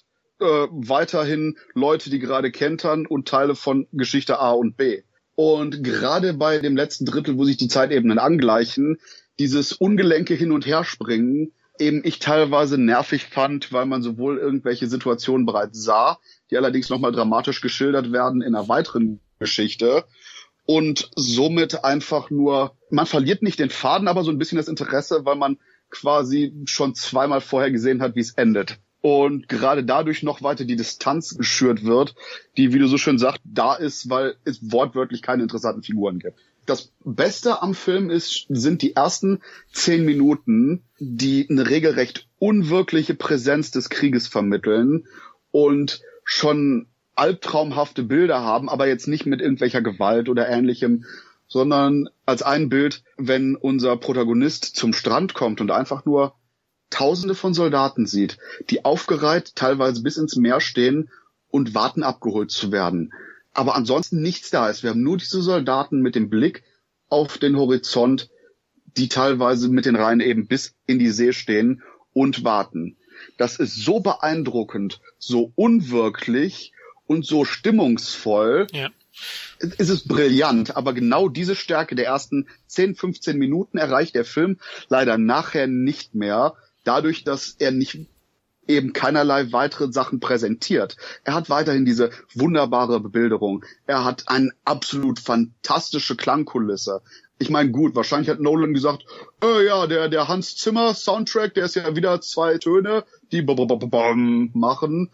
weiterhin Leute, die gerade kentern und Teile von Geschichte A und B. Und gerade bei dem letzten Drittel, wo sich die Zeitebenen angleichen, dieses ungelenke Hin- und Herspringen eben ich teilweise nervig fand, weil man sowohl irgendwelche Situationen bereits sah, die allerdings nochmal dramatisch geschildert werden in einer weiteren Geschichte, und somit einfach nur, man verliert nicht den Faden, aber so ein bisschen das Interesse, weil man quasi schon 2-mal vorher gesehen hat, wie es endet. Und gerade dadurch noch weiter die Distanz geschürt wird, die, wie du so schön sagst, da ist, weil es wortwörtlich keine interessanten Figuren gibt. Das Beste am Film sind die ersten 10 Minuten, die eine regelrecht unwirkliche Präsenz des Krieges vermitteln und schon albtraumhafte Bilder haben, aber jetzt nicht mit irgendwelcher Gewalt oder Ähnlichem, sondern als ein Bild, wenn unser Protagonist zum Strand kommt und einfach nur Tausende von Soldaten sieht, die aufgereiht teilweise bis ins Meer stehen und warten, abgeholt zu werden. Aber ansonsten nichts da ist. Wir haben nur diese Soldaten mit dem Blick auf den Horizont, die teilweise mit den Reihen eben bis in die See stehen und warten. das ist so beeindruckend, so unwirklich und so stimmungsvoll. Ja. Es ist brillant, aber genau diese Stärke der ersten 10, 15 Minuten erreicht der Film leider nachher nicht mehr, dadurch, dass er nicht eben keinerlei weitere Sachen präsentiert. Er hat weiterhin diese wunderbare Bebilderung. Er hat eine absolut fantastische Klangkulisse. Ich meine, gut, wahrscheinlich hat Nolan gesagt, ja, der Hans Zimmer Soundtrack, der ist ja wieder 2 Töne, die machen.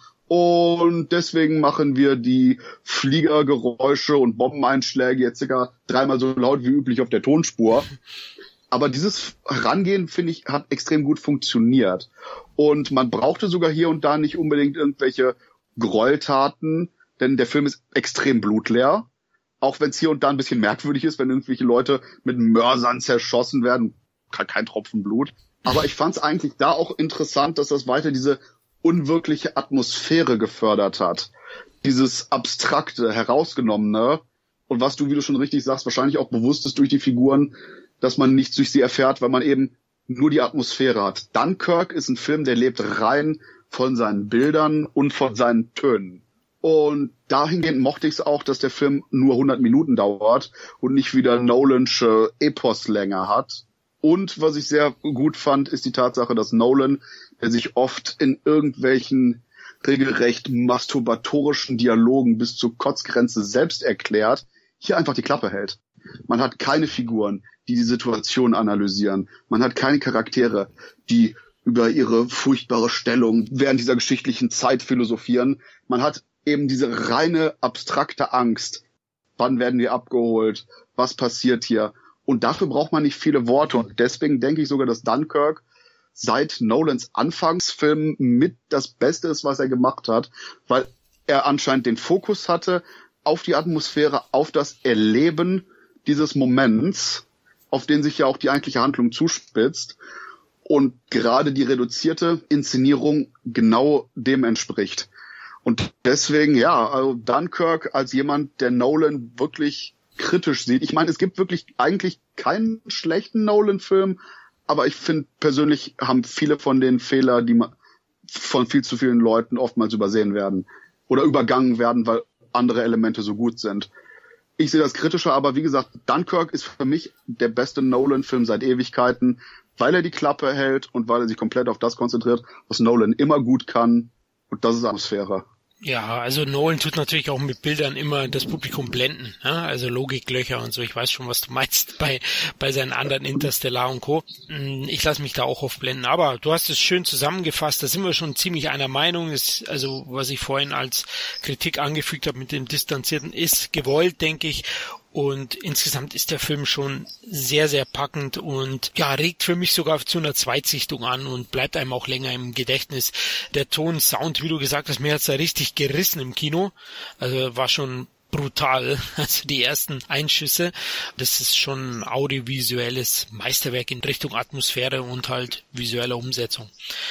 Und deswegen machen wir die Fliegergeräusche und Bombeneinschläge jetzt circa 3-mal so laut wie üblich auf der Tonspur. Aber dieses Herangehen, finde ich, hat extrem gut funktioniert. Und man brauchte sogar hier und da nicht unbedingt irgendwelche Gräueltaten, denn der Film ist extrem blutleer. Auch wenn es hier und da ein bisschen merkwürdig ist, wenn irgendwelche Leute mit Mörsern zerschossen werden. Kein Tropfen Blut. Aber ich fand es eigentlich da auch interessant, dass das weiter diese unwirkliche Atmosphäre gefördert hat. Dieses Abstrakte, Herausgenommene. Und was du, wie du schon richtig sagst, wahrscheinlich auch bewusst ist durch die Figuren, dass man nichts durch sie erfährt, weil man eben nur die Atmosphäre hat. Dunkirk ist ein Film, der lebt rein von seinen Bildern und von seinen Tönen. Und dahingehend mochte ich es auch, dass der Film nur 100 Minuten dauert und nicht wieder Nolansche Eposlänge hat. Und was ich sehr gut fand, ist die Tatsache, dass Nolan, der sich oft in irgendwelchen regelrecht masturbatorischen Dialogen bis zur Kotzgrenze selbst erklärt, hier einfach die Klappe hält. Man hat keine Figuren, die die Situation analysieren. Man hat keine Charaktere, die über ihre furchtbare Stellung während dieser geschichtlichen Zeit philosophieren. Man hat eben diese reine abstrakte Angst. Wann werden wir abgeholt? Was passiert hier? Und dafür braucht man nicht viele Worte. Und deswegen denke ich sogar, dass Dunkirk seit Nolans Anfangsfilm mit das Beste ist, was er gemacht hat, weil er anscheinend den Fokus hatte auf die Atmosphäre, auf das Erleben dieses Moments, auf den sich ja auch die eigentliche Handlung zuspitzt. Und gerade die reduzierte Inszenierung genau dem entspricht. Und deswegen, ja, also Dunkirk als jemand, der Nolan wirklich kritisch sieht. Ich meine, es gibt wirklich eigentlich keinen schlechten Nolan-Film, aber ich finde persönlich haben viele von den Fehler, die von viel zu vielen Leuten oftmals übersehen werden oder übergangen werden, weil andere Elemente so gut sind. Ich sehe das kritischer, aber wie gesagt, Dunkirk ist für mich der beste Nolan-Film seit Ewigkeiten, weil er die Klappe hält und weil er sich komplett auf das konzentriert, was Nolan immer gut kann, und das ist Atmosphäre. Ja, also Nolan tut natürlich auch mit Bildern immer das Publikum blenden, ne? Also Logiklöcher und so. Ich weiß schon, was du meinst bei seinen anderen Interstellar und Co. Ich lasse mich da auch oft blenden. Aber du hast es schön zusammengefasst. Da sind wir schon ziemlich einer Meinung. Also was ich vorhin als Kritik angefügt habe mit dem Distanzierten, ist gewollt, denke ich. Und insgesamt ist der Film schon sehr, sehr packend und ja, regt für mich sogar zu einer Zweitsichtung an und bleibt einem auch länger im Gedächtnis. Der Ton, Sound, wie du gesagt hast, mir hat's da richtig gerissen im Kino. Also war schon brutal, also die ersten Einschüsse. Das ist schon ein audiovisuelles Meisterwerk in Richtung Atmosphäre und halt visueller Umsetzung.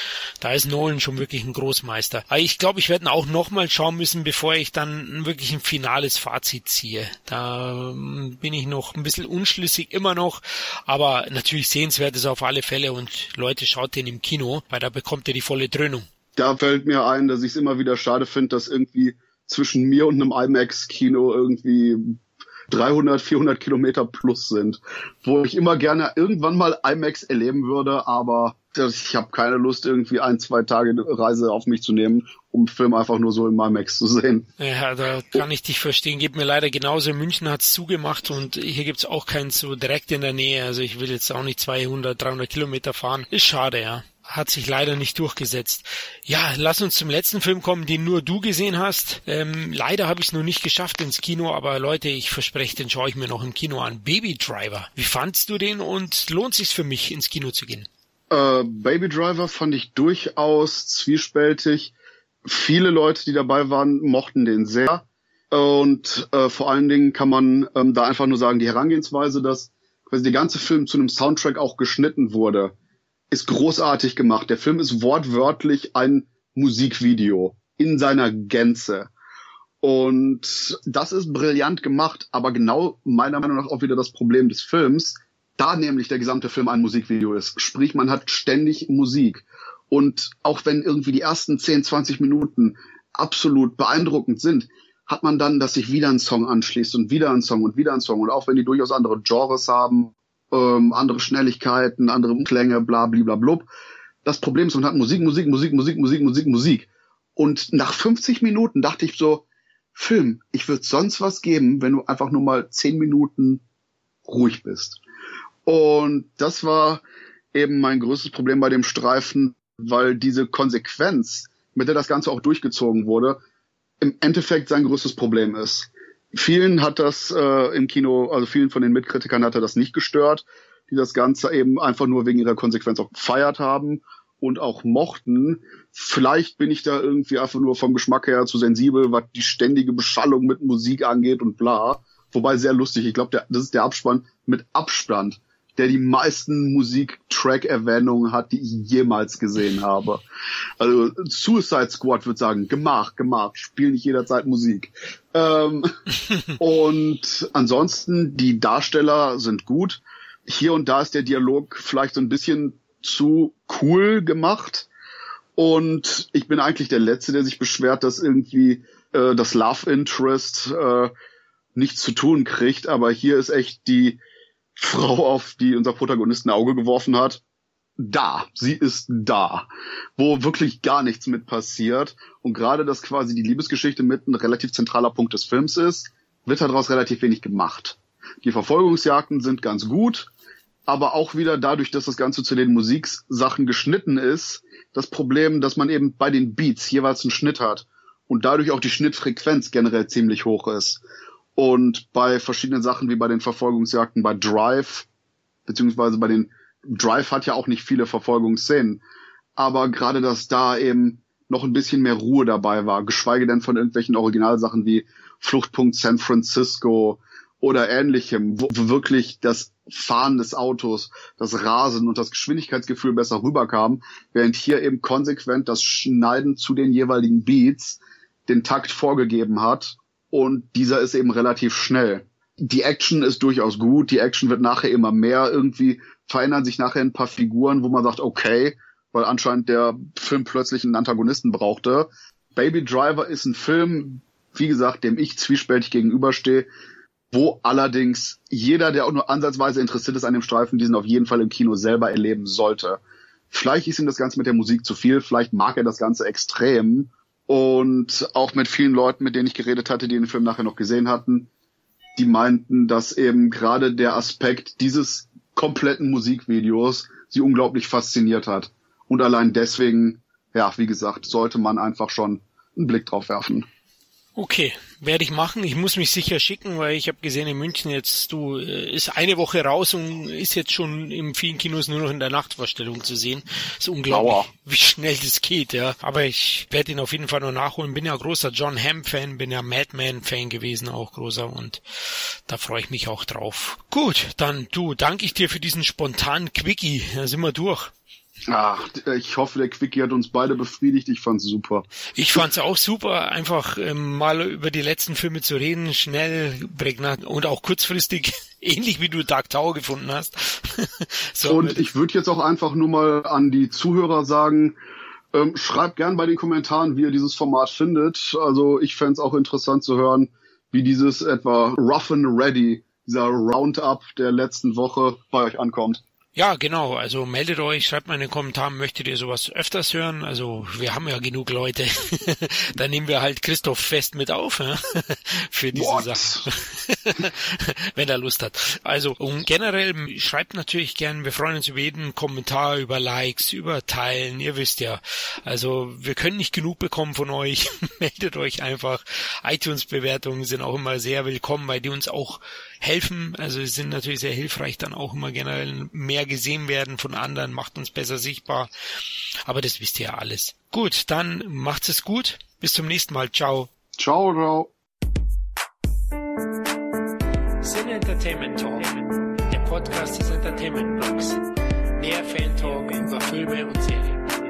Da ist Nolan schon wirklich ein Großmeister. Aber ich glaube, ich werde ihn auch nochmal schauen müssen, bevor ich dann wirklich ein finales Fazit ziehe. Da bin ich noch ein bisschen unschlüssig, immer noch. Aber natürlich sehenswert ist auf alle Fälle. Und Leute, schaut den im Kino, weil da bekommt ihr die volle Dröhnung. Da fällt mir ein, dass ich es immer wieder schade finde, dass irgendwie zwischen mir und einem IMAX-Kino irgendwie 300, 400 Kilometer plus sind, wo ich immer gerne irgendwann mal IMAX erleben würde, aber ich habe keine Lust, irgendwie 1-2 Tage Reise auf mich zu nehmen, um Film einfach nur so im IMAX zu sehen. Ja, da kann ich dich verstehen. Geht mir leider genauso. In München hat's zugemacht und hier gibt's auch keins so direkt in der Nähe. Also ich will jetzt auch nicht 200, 300 Kilometer fahren. Ist schade, ja. Hat sich leider nicht durchgesetzt. Ja, lass uns zum letzten Film kommen, den nur du gesehen hast. Leider habe ich es noch nicht geschafft ins Kino, aber Leute, ich verspreche, den schaue ich mir noch im Kino an. Baby Driver. Wie fandst du den und lohnt sich's für mich, ins Kino zu gehen? Baby Driver fand ich durchaus zwiespältig. Viele Leute, die dabei waren, mochten den sehr. Und vor allen Dingen kann man da einfach nur sagen, die Herangehensweise, dass quasi der ganze Film zu einem Soundtrack auch geschnitten wurde, ist großartig gemacht. Der Film ist wortwörtlich ein Musikvideo in seiner Gänze. Und das ist brillant gemacht, aber genau meiner Meinung nach auch wieder das Problem des Films, da nämlich der gesamte Film ein Musikvideo ist. Sprich, man hat ständig Musik. Und auch wenn irgendwie die ersten 10, 20 Minuten absolut beeindruckend sind, hat man dann, dass sich wieder ein Song anschließt und wieder ein Song und wieder ein Song. Und auch wenn die durchaus andere Genres haben, andere Schnelligkeiten, andere Klänge, bla, blub. Das Problem ist, man hat Musik. Und nach 50 Minuten dachte ich so, Film, ich würde sonst was geben, wenn du einfach nur mal 10 Minuten ruhig bist. Und das war eben mein größtes Problem bei dem Streifen, weil diese Konsequenz, mit der das Ganze auch durchgezogen wurde, im Endeffekt sein größtes Problem ist. Vielen hat das im Kino, also vielen von den Mitkritikern hatte das nicht gestört, die das Ganze eben einfach nur wegen ihrer Konsequenz auch gefeiert haben und auch mochten. Vielleicht bin ich da irgendwie einfach nur vom Geschmack her zu sensibel, was die ständige Beschallung mit Musik angeht und bla. Wobei sehr lustig, ich glaube, das ist der Abspann mit Abstand, der die meisten Musik-Track-Erwähnungen hat, die ich jemals gesehen habe. Also Suicide Squad würde sagen, gemacht, spiel nicht jederzeit Musik. Und ansonsten, die Darsteller sind gut. Hier und da ist der Dialog vielleicht so ein bisschen zu cool gemacht. Und ich bin eigentlich der Letzte, der sich beschwert, dass irgendwie das Love Interest nichts zu tun kriegt. Aber hier ist echt die Frau, auf die unser Protagonist ein Auge geworfen hat, da. Sie ist da. Wo wirklich gar nichts mit passiert. Und gerade, dass quasi die Liebesgeschichte mit ein relativ zentraler Punkt des Films ist, wird daraus relativ wenig gemacht. Die Verfolgungsjagden sind ganz gut, aber auch wieder dadurch, dass das Ganze zu den Musiksachen geschnitten ist, das Problem, dass man eben bei den Beats jeweils einen Schnitt hat und dadurch auch die Schnittfrequenz generell ziemlich hoch ist. Und bei verschiedenen Sachen wie bei den Verfolgungsjagden bei Drive, beziehungsweise bei den Drive hat ja auch nicht viele Verfolgungsszenen, aber gerade, dass da eben noch ein bisschen mehr Ruhe dabei war, geschweige denn von irgendwelchen Originalsachen wie Fluchtpunkt San Francisco oder ähnlichem, wo wirklich das Fahren des Autos, das Rasen und das Geschwindigkeitsgefühl besser rüberkam, während hier eben konsequent das Schneiden zu den jeweiligen Beats den Takt vorgegeben hat und dieser ist eben relativ schnell. Die Action ist durchaus gut, die Action wird nachher immer mehr, irgendwie verändern sich nachher ein paar Figuren, wo man sagt, okay, weil anscheinend der Film plötzlich einen Antagonisten brauchte. Baby Driver ist ein Film, wie gesagt, dem ich zwiespältig gegenüberstehe, wo allerdings jeder, der auch nur ansatzweise interessiert ist an dem Streifen, diesen auf jeden Fall im Kino selber erleben sollte. Vielleicht ist ihm das Ganze mit der Musik zu viel, vielleicht mag er das Ganze extrem. Und auch mit vielen Leuten, mit denen ich geredet hatte, die den Film nachher noch gesehen hatten, die meinten, dass eben gerade der Aspekt dieses kompletten Musikvideos sie unglaublich fasziniert hat. Und allein deswegen, ja, wie gesagt, sollte man einfach schon einen Blick drauf werfen. Okay, werde ich machen. Ich muss mich sicher schicken, weil ich habe gesehen in München jetzt, ist eine Woche raus und ist jetzt schon in vielen Kinos nur noch in der Nachtvorstellung zu sehen. Ist unglaublich, wie schnell das geht, ja. Aber ich werde ihn auf jeden Fall noch nachholen. Bin ja großer John Hamm-Fan, bin ja Madman-Fan gewesen, auch großer, und da freue ich mich auch drauf. Gut, dann danke ich dir für diesen spontanen Quickie. Da sind wir durch. Ach, ich hoffe, der Quickie hat uns beide befriedigt. Ich fand's super. Ich fand's auch super, einfach mal über die letzten Filme zu reden, schnell, prägnant und auch kurzfristig, ähnlich wie du Dark Tower gefunden hast. So, und ich würde jetzt auch einfach nur mal an die Zuhörer sagen, schreibt gern bei den Kommentaren, wie ihr dieses Format findet. Also ich fänd's auch interessant zu hören, wie dieses etwa Rough and Ready, dieser Roundup der letzten Woche bei euch ankommt. Ja, genau. Also meldet euch, schreibt mal in den Kommentaren, möchtet ihr sowas öfters hören? Also wir haben ja genug Leute. Dann nehmen wir halt Christoph fest mit auf, ja? Für diese Sache. Wenn er Lust hat. Also und generell schreibt natürlich gern, wir freuen uns über jeden Kommentar, über Likes, über Teilen. Ihr wisst ja, also wir können nicht genug bekommen von euch. Meldet euch einfach. iTunes-Bewertungen sind auch immer sehr willkommen, weil die uns auch helfen. Also sie sind natürlich sehr hilfreich, dann auch immer generell mehr gesehen werden von anderen, macht uns besser sichtbar. Aber das wisst ihr ja alles. Gut, dann macht's es gut. Bis zum nächsten Mal. Ciao. Ciao, ciao. Sin Entertainment Talk, der Podcast des Entertainment Blogs. Mehr Fan-Talk über Filme und Serien.